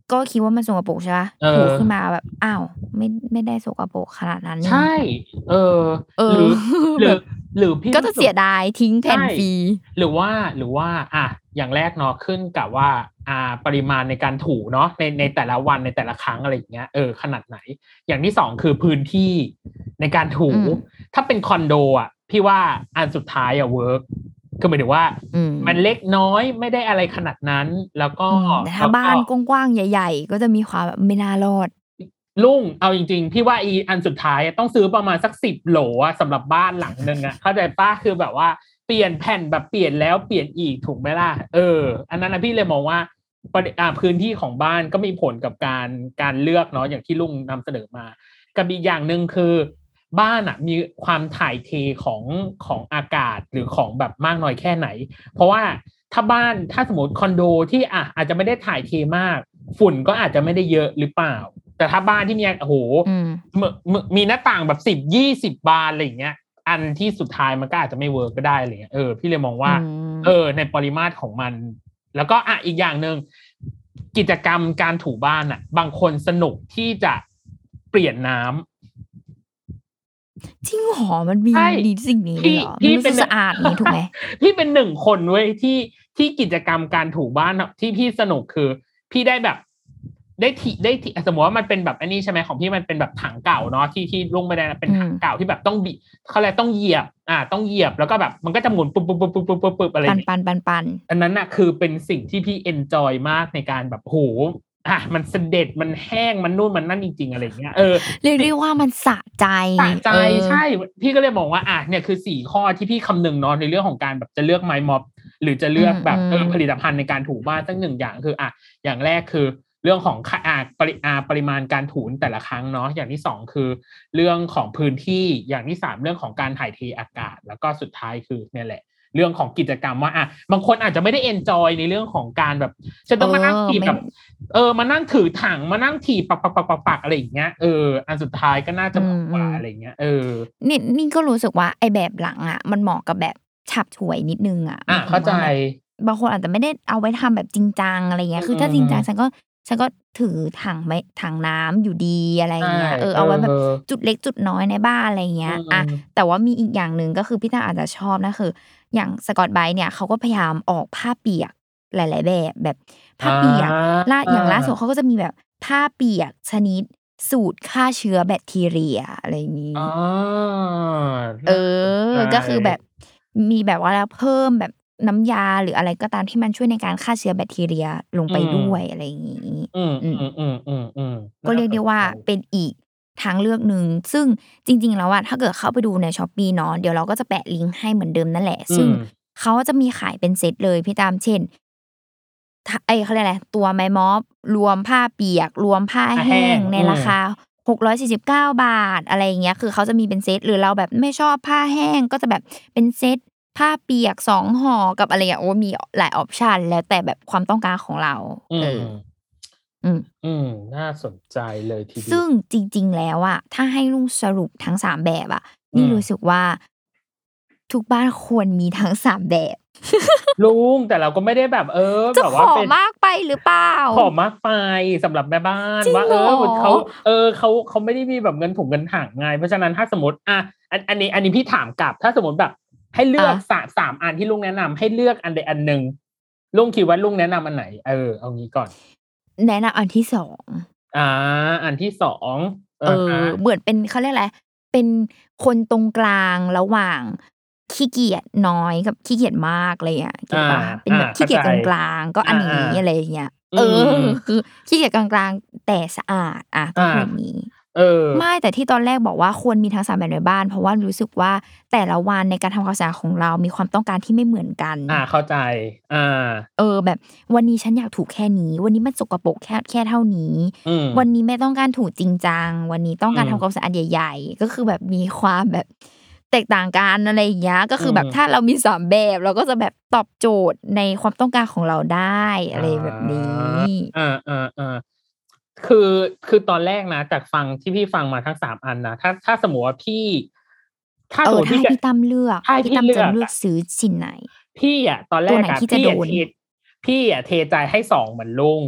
Speaker 3: ก็คิดว่ามันสกปรกใช่ป่ะถูขึ้นมาแบบอ้าวไม่ไม่ได้สกปรกขนาดนั้น
Speaker 4: ใช่เออ
Speaker 3: เออ
Speaker 4: หรือหรือพี่
Speaker 3: ก็จะเสียดายทิ้งแผ่นฟรี
Speaker 4: หรือว่าหรือว่าอ่ะอย่างแรกเนาะขึ้นกับว่าอ่าปริมาณในการถูเนาะในในแต่ละวันในแต่ละครั้งอะไรอย่างเงี้ยเออขนาดไหนอย่างที่สองคือพื้นที่ในการถูถ้าเป็นคอนโดอ่ะพี่ว่าอันสุดท้ายอ่ะเวิร์กคือหมายถึงว่ามันเล็กน้อยไม่ได้อะไรขนาดนั้นแล้วก็
Speaker 3: แต่ถ้าบ้านกว้างๆใหญ่ๆก็จะมีความแบบไม่น่ารอด
Speaker 4: ลุงเอาจริงๆพี่ว่าอีอันสุดท้ายต้องซื้อประมาณสักสิบโหลอะสำหรับบ้านหลังนึงอะเข้าใจป้ะคือแบบว่าเปลี่ยนแผ่นแบบเปลี่ยนแล้วเปลี่ยนอีกถูกไหมล่ะเอออันนั้นนะพี่เลยมองว่าพื้นที่ของบ้านก็มีผลกับการการเลือกเนาะอย่างที่ลุงนำเสนอมากับอีกอย่างนึงคือบ้านอะมีความถ่ายเทของของอากาศหรือของแบบมากน้อยแค่ไหนเพราะว่าถ้าบ้านถ้าสมมติคอนโดที่อ่ะอาจจะไม่ได้ถ่ายเทมากฝุ่นก็อาจจะไม่ได้เยอะหรือเปล่าแต่ถ้าบ้านที่มีโอ้โหมีหน้าต่างแบบสิบยี่สิบบานอะไรอย่างเงี้ยอันที่สุดท้ายมันก็อาจจะไม่เวิร์กก็ได้อะไรเงี้ยเออพี่เลยมองว่าเออในปริมาตรของมันแล้วก็อ่ะอีกอย่างนึงกิจกรรมการถูบ้านอ่ะบางคนสนุกที่จะเปลี่ยนน้ำ
Speaker 3: จริงหรอมันมีดีสิ่งนี้เลยเหรอมันเป็นสะอาดนี้ถูกไหม
Speaker 4: พี่เป็นหนึ่งคนเว้ยที่ที่กิจกรรมการถูบ้านที่พี่สนุกคือพี่ได้แบบได้ทีได้ทีสมมติว่ามันเป็นแบบอันนี้ใช่ไหมของพี่มันเป็นแบบถังเก่าเนาะที่ที่ลุงไม่ได้เป็นถังเก่าที่แบบต้องบีเขาเรียกต้องเหยียบอ่าต้องเหยียบแล้วก็แบบมันก็จะหมุนปุ๊บปุ๊บปุ๊บปุ๊บปุ๊บปุ๊บอะไร
Speaker 3: ปันปันปันปัน
Speaker 4: อันนั้นน่ะคือเป็นสิ่งที่พี่เอนจอยมากในการแบบโหอ่ะมันเสด็จมันแห้งมันนู่นมันนั่นจริงๆอะไรเงี้ยเออ
Speaker 3: เรียกได้ว่ามันสะใจ
Speaker 4: สะใจใช่พี่ก็เลยมองว่าอ่ะเนี่ยคือสี่ข้อที่พี่คำนึงเนาะในเรื่องของการแบบจะเลือกไม้ม็อบหรือจะเลือกแบบเออผลิตภัณฑ์ในการถูบ้านสักหนึ่งอย่างคืออ่ะอย่างแรกคือเรื่องของอ่าปริอ่าปริมาณการถูแต่ละครั้งเนาะอย่างที่สองคือเรื่องของพื้นที่อย่างที่สามเรื่องของการถ่ายเทอากาศแล้วก็สุดท้ายคือเนี่ยแหละเรื่องของกิจกรรมว่าอ่ะบางคนอาจจะไม่ได้เอนจอยในเรื่องของการแบบจะต้องมานั่งถีบแบบเออมานั่งถือถังมานั่งถีบปักปักปักปักปักอะไรอย่างเงี้ยเอออันสุดท้ายก็น่าจะเหมาะกว่าอะไรเงี้ยเออ
Speaker 3: นี่นี่ก็รู้สึกว่าไอแบบหลังอ่ะมันเหมาะกับแบบฉับฉวยนิดนึงอ่ะ
Speaker 4: อ่ะเข้าใจ
Speaker 3: บางคนอาจจะไม่ได้เอาไว้ทำแบบจริงจังอะไรเงี้ยคือถ้าจริงจังฉันก็ฉันก็ถือถังไว้ถังน้ำอยู่ดีอะไรเงี้ยเออเอาไว้แบบจุดเล็กจุดน้อยในบ้านอะไรเงี้ยอ่ะแต่ว่ามีอีกอย่างนึงก็คือพี่ตาอาจจะชอบนะคืออย่างสกอตไบรท์เนี่ยเขาก็พยายามออกผ้าเปียกหลายๆแบบแบบผ้าเปียกล่าอย่างล่าสุดเขาก็จะมีแบบผ้าเปียกชนิดสูตรฆ่าเชื้อแบคทีเรียอะไรอย่างนี้เออก็คือแบบมีแบบว่าแล้วเพิ่มแบบน้ำยาหรืออะไรก็ตามที่มันช่วยในการฆ่าเชื้อแบคทีเรียลงไปด้วยอะไรอย่างนี้
Speaker 4: อืมอืมอืมอืมอืม
Speaker 3: ก็เรียกได้ว่าเป็นอีกทางเลือกหนึ่งซึ่งจริงๆแล้วอะถ้าเกิดเข้าไปดูใน Shopee เนาะเดี๋ยวเราก็จะแปะลิงก์ให้เหมือนเดิมนั่นแหละซึ่งเขาจะมีขายเป็นเซตเลยพี่ตามเช่นไอ้เขาเรียกอะไรตัวไม้ม็อบรวมผ้าเปียกรวมผ้าแห้งในราคาหกร้อยสี่สิบเก้าบาทอะไรอย่างเงี้ยคือเขาจะมีเป็นเซตหรือเราแบบไม่ชอบผ้าแห้งก็จะแบบเป็นเซตผ้าเปียกสองห่อกับอะไรอย่างโอ้มีหลายออปชันแล้วแต่แบบความต้องการของเราเอออืม
Speaker 4: อืมน่าสนใจเลยทีเดียว
Speaker 3: ซึ่งจริงๆแล้วอะถ้าให้ลุงสรุปทั้งสามแบบอะนี่รู้สึกว่าทุกบ้านควรมีทั้งสามแบบ
Speaker 4: ลุงแต่เราก็ไม่ได้แบบเออแบบว่า
Speaker 3: เป็นขอมากไปหรือเปล่า
Speaker 4: ขอมากไปสำหรับแม่บ้านว่าเออเขาเออเขาเขาไม่ได้มีแบบเงินถุงเงินถังไงเพราะฉะนั้นถ้าสมมติอ่ะอันอันนี้อันนี้พี่ถามกลับถ้าสมมติแบบให้เลือกสามสามอันที่ลุงแนะนำให้เลือกอันใดอันหนึ่งลุงคิดว่าลุงแนะนำอันไหนเออเอางี้ก่อน
Speaker 3: แนะนำอันที่สอง
Speaker 4: อ่าอันที่สอง
Speaker 3: เออเหมือนเป็นเขาเรียกอะไรเป็นคนตรงกลางระหว่างขี้เกียจน้อยกับขี้เกียจมากอะไรอย่างเงี้ยเก็ทป่ะเป็นแบบขี้เกียจกลางๆก็อันนี้อะไรอย่างเงี้ยเออคือขี้เกียจกลางๆแต่สะอาดอ่ะต้องพูดนี้
Speaker 4: เออ
Speaker 3: ไม่แต่ที่ตอนแรกบอกว่าควรมีทั้งสามแบบในบ้านเพราะว่ารู้สึกว่าแต่ละวันในการทำความสะอาดของเรามีความต้องการที่ไม่เหมือนกัน
Speaker 4: อ่าเข้าใจอ่า
Speaker 3: เออแบบวันนี้ฉันอยากถูแค่นี้วันนี้มันสกปรกแค่แค่เท่านี้วันนี้ไม่ต้องการถูจริงจังวันนี้ต้องการทำความสะอาดใหญ่ๆก็คือแบบมีความแบบแตกต่างกันอะไรอย่างเงี้ยก็คือแบบถ้าเรามีสามแบบเราก็จะแบบตอบโจทย์ในความต้องการของเราได้อะไรแบบนี้
Speaker 4: อ่าอ่าอ่าคือคือตอนแรกนะจากฟังที่พี่ฟังมาทั้งสามอันนะถ้าถ้าสมมติว่าพี่
Speaker 3: ถ้าสมมติพี่พี่ตั้มเลือกพี่ตั้มจะเลือกซื้อชิ้นไหน
Speaker 4: พี่อ่ะตอนแรกอ่ะพี่อ่ะเทพี่อ่ะเทใจให้สองเหมือนลุง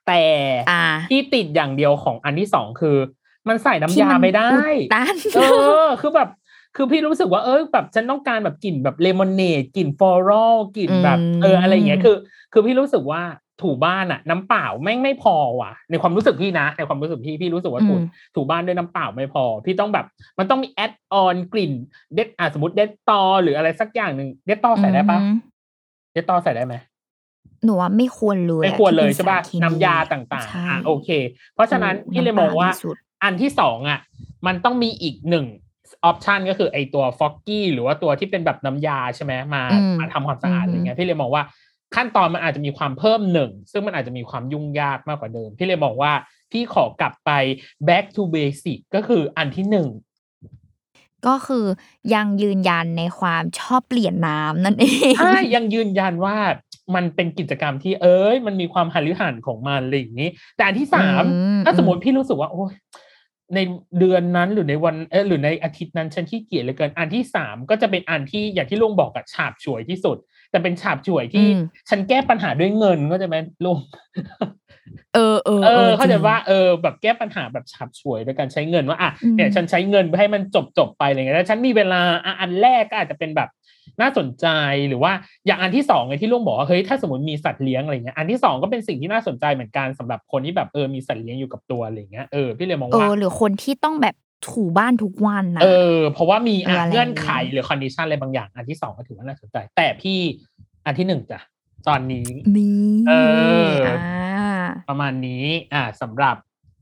Speaker 4: แต่ที่ติดอย่างเดียวของอันที่สองคือมันใส่น้ำยาไม่ได้เออคือแบบคือพี่รู้สึกว่าเออแบบฉันต้องการแบบกลิ่นแบบเลมอนเนดกลิ่นฟลอรัลกลิ่นแบบเอออะไรอย่างเงี้ยคือคือพี่รู้สึกว่าถูบ้านอะน้ำเปล่าแม่งไม่พอว่ะในความรู้สึกพี่นะในความรู้สึกพี่พี่รู้สึกว่าถูถูบ้านด้วยน้ำเปล่าไม่พอพี่ต้องแบบมันต้องมีแอดออนกลิ่นเด็ดอ่ะสมมติเด็ดตอหรืออะไรสักอย่างหนึ่งเด็ดตอใส่ได้ปะเด็ดตอใส่ได้ไหม
Speaker 3: หนูว่าไม่ควรเลย
Speaker 4: ไม่ควรเลยใช่ป่ะน้ำยาต่างๆอ่ะโอเคเพราะฉะนั้นพี่เลยมองว่าอันที่สองอ่ะมันต้องมีอีกหนึ่งออปชันก็คือไอตัวฟอกกี้หรือว่าตัวที่เป็นแบบน้ำยาใช่ไหมมามาทำความสะอาดอะไรเงี้ยพี่เลยมองว่าขั้นตอนมันอาจจะมีความเพิ่มหนึ่งซึ่งมันอาจจะมีความยุ่งยากมากกว่าเดิมพี่เลยมองว่าพี่ขอกลับไป back to basic ก็คืออันที่หนึ่ง
Speaker 3: ก็คือยังยืนยันในความชอบเปลี่ยนน้ำนั่นเอง
Speaker 4: ใช่ยังยืนยันว่ามันเป็นกิจกรรมที่เอ้ยมันมีความหฤหันของมันอะไรอย่างนี้แต่อันที่สามถ้าสมมติพี่รู้สึกว่าโอ้ยในเดือนนั้นหรือในวันเออหรือในอาทิตย์นั้นฉันขี้เกียจเหลือเกินอันที่สามก็จะเป็นอันที่อย่างที่ลุงบอกอะฉาบฉวยที่สุดแต่เป็นฉาบฉวยที่ฉันแก้ปัญหาด้วยเงินก็จะไหมลุง
Speaker 3: เออเออ
Speaker 4: เออเขาใจว่าเออแบบแก้ปัญหาแบบฉาบฉวยโดยการใช้เงินว่าอ่ะเนี่ยฉันใช้เงินให้มันจบจบไปอะไรเงี้ยแล้วฉันมีเวลาอ่ะอันแรกก็อาจจะเป็นแบบน่าสนใจหรือว่าอย่างอันที่สองไงที่ลุงบอกว่าเฮ้ยถ้าสมมติมีสัตว์เลี้ยงอะไรเงี้ยอันที่สองก็เป็นสิ่งที่น่าสนใจเหมือนกันสำหรับคนที่แบบเออมีสัตว์เลี้ยงอยู่กับตัวอะไรเงี้ยเออพี่เลยมองว่า
Speaker 3: เออหรือคนที่ต้องแบบถูบ้านทุกวันนะ
Speaker 4: เออเพราะว่ามีเงื่อนไขหรือคอนดิชันอะไรบางอย่างอันที่สองก็ถือว่าน่าสนใจแต่พี่อันที่หนึ่งจ้ะตอนนี้
Speaker 3: นี่
Speaker 4: เออประมาณนี้อ่าสำหรับ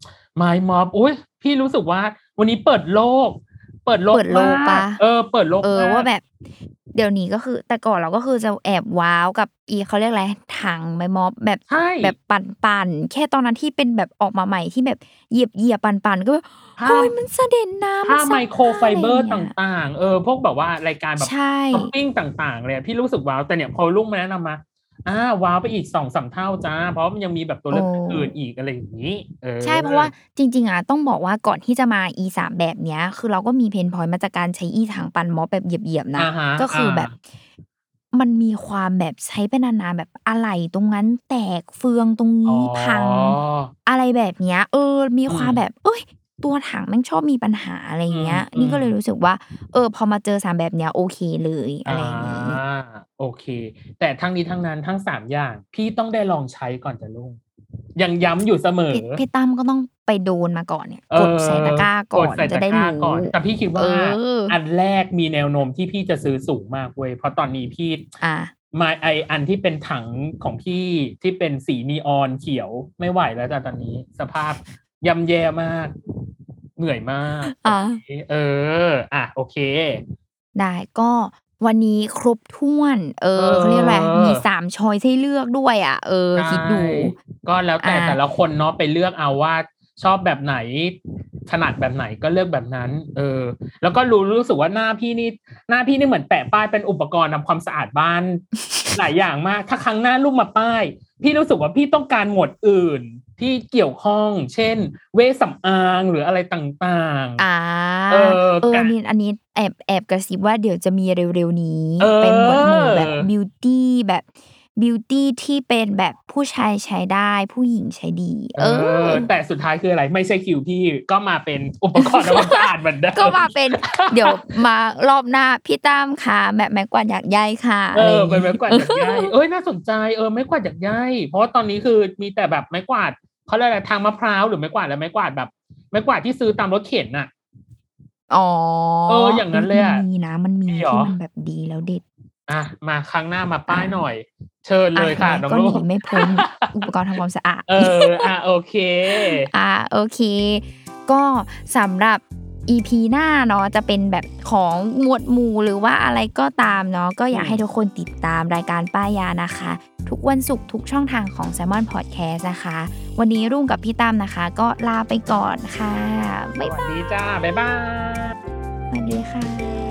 Speaker 4: My Mob อุ้ยพี่รู้สึกว่าวันนี้เปิดโลกเปิดโลก
Speaker 3: เปิดโลกปะ
Speaker 4: เออเปิดโลก
Speaker 3: เออว่าแบบเดี๋ยวนี้ก็คือแต่ก่อนเราก็คือจะแอบว้าวกับอีเขาเรียกอะไรถัง My Mob แบบแบบปั่นๆแค่ตอนนั้นที่เป็นแบบออกมาใหม่ที่แบบเหยียบๆปั่นๆก็แบบเฮ้ยมันเสด็จน้ำ
Speaker 4: ผ้าไมโครไฟเบอร์ต่างๆเออพวกแบบว่ารายการแบบช้อปปิ้งต่างๆเลยพี่รู้สึกว้าวแต่เนี่ยพอลุงมาแนะนำมาอ่าว้าวไปอีก สองสาม เท่าจ้าเพราะมันยังมีแบบตัวเลือกอื่นอีกอะไรอย่างนี้เออ
Speaker 3: ใช่เพราะว่าจริงๆอ่ะต้องบอกว่าก่อนที่จะมา อี สาม แบบเนี้ยคือเราก็มีเพนพอยต์มาจากการใช้อีถังปั่นม็อบแบบเหยียบๆนะก็คือแบบมันมีความแบบใช้ไปนานๆแบบอะไหล่ตรงนั้นแตกเฟืองตรงนี้พังอะไรแบบเนี้ยเออมีความแบบเอ้ยตัวถังแม่งชอบมีปัญหาอะไรเงี้ยนี่ก็เลยรู้สึกว่าเออพอมาเจอสามแบบเนี้ยโอเคเลยอะไรอย่างงี้
Speaker 4: อ่าโอเคแต่ทั้งนี้ทั้งนั้นทั้งสามอย่างพี่ต้องได้ลองใช้ก่อนจะลงยังย้ำอยู่เสมอ
Speaker 3: พี่ตั้มก็ต้องไปโดนมาก่อนเนี่ยกดใส่ตะกร้าก่อนจะได้รู้
Speaker 4: ก่อนแต่พี่คิดว่าอันแรกมีแนวโน้มที่พี่จะซื้อสูงมากเว้ยเพราะตอนนี้พี่
Speaker 3: อ่า
Speaker 4: มาไออันที่เป็นถังของพี่ที่เป็นสีนีออนเขียวไม่ไหวแล้วจ้ะตอนนี้สภาพย่ำแย่มากเหนื่อยมาก
Speaker 3: อ่า
Speaker 4: เอออ่ะโอเค
Speaker 3: ได้ก็วันนี้ครบถ้วนเออเขาเรียกอะไรมีสามช้อยส์ให้เลือกด้วยอ่ะเออคิดดู
Speaker 4: ก็แล้วแต่แต่ละคนเนาะไปเลือกเอาว่าชอบแบบไหนถนัดแบบไหนก็เลือกแบบนั้นเออแล้วก็รู้รู้สึกว่าหน้าพี่นี่หน้าพี่นี่เหมือนแปะป้ายเป็นอุปกรณ์ทำความสะอาดบ้านหลายอย่างมากถ้าครั้งหน้าลูกมาป้ายพี่รู้สึกว่าพี่ต้องการหมวดอื่นที่เกี่ยวข้องเช่นเวชสำอางหรืออะไรต่าง
Speaker 3: ๆอ่าเออเออนี่อันนี้แอบแอบกระซิบว่าเดี๋ยวจะมีเร็วๆนี้เป็นหมวดหมู่แบบบิวตี้แบบบิวตี้ที่เป็นแบบผู้ชายใช้ได้ผู้หญิงใช้ดี
Speaker 4: เออแต่สุดท้ายคืออะไรไม่ใช่คิวพี่ก็มาเป็นอุปกรณ์ทำความสะอาดเหมือนเดิม
Speaker 3: ก็มาเป็นเดี๋ยวมารอบหน้าพี่ตั้มค่ะแบบไม้กวาดหยักใยค่ะ
Speaker 4: เออเป็นไม้กวาดหยักใยเอ้ยน่าสนใจเออไม้กวาดหยักใยเพราะว่าตอนนี้คือมีแต่แบบไม้กวาดเขาเรียกอะไรทางมะพร้าวหรือไม้กวาดแล้วไม้กวาดแบบไม้กวาดที่ซื้อตามรถเข็นน่ะ
Speaker 3: อ๋อ
Speaker 4: เอออย่างนั้นเลยอ่ะ
Speaker 3: มีนะมันมีที่มันแบบดีแล้วเด็ด
Speaker 4: อ่ะมาครั้งหน้ามาป้ายหน่อยเชิญเลยค่ะน้องลูก
Speaker 3: ก็หนีไม่พ้นอุปกรณ์ทำความสะอาด
Speaker 4: เอออ่ะโอเค
Speaker 3: อ่ะโอเคก็สำหรับ อี พี หน้าเนาะจะเป็นแบบของหมวดหมู่หรือว่าอะไรก็ตามเนาะก็อยากให้ทุกคนติดตามรายการป้ายยานะคะทุกวันศุกร์ทุกช่องทางของ Salmon Podcast นะคะวันนี้รุ่งกับพี่ตั้มนะคะก็ลาไปก่อนค่ะบ๊ายบาย
Speaker 4: สวัสดีจ้าบ๊ายบาย
Speaker 3: สวัสดีค่ะ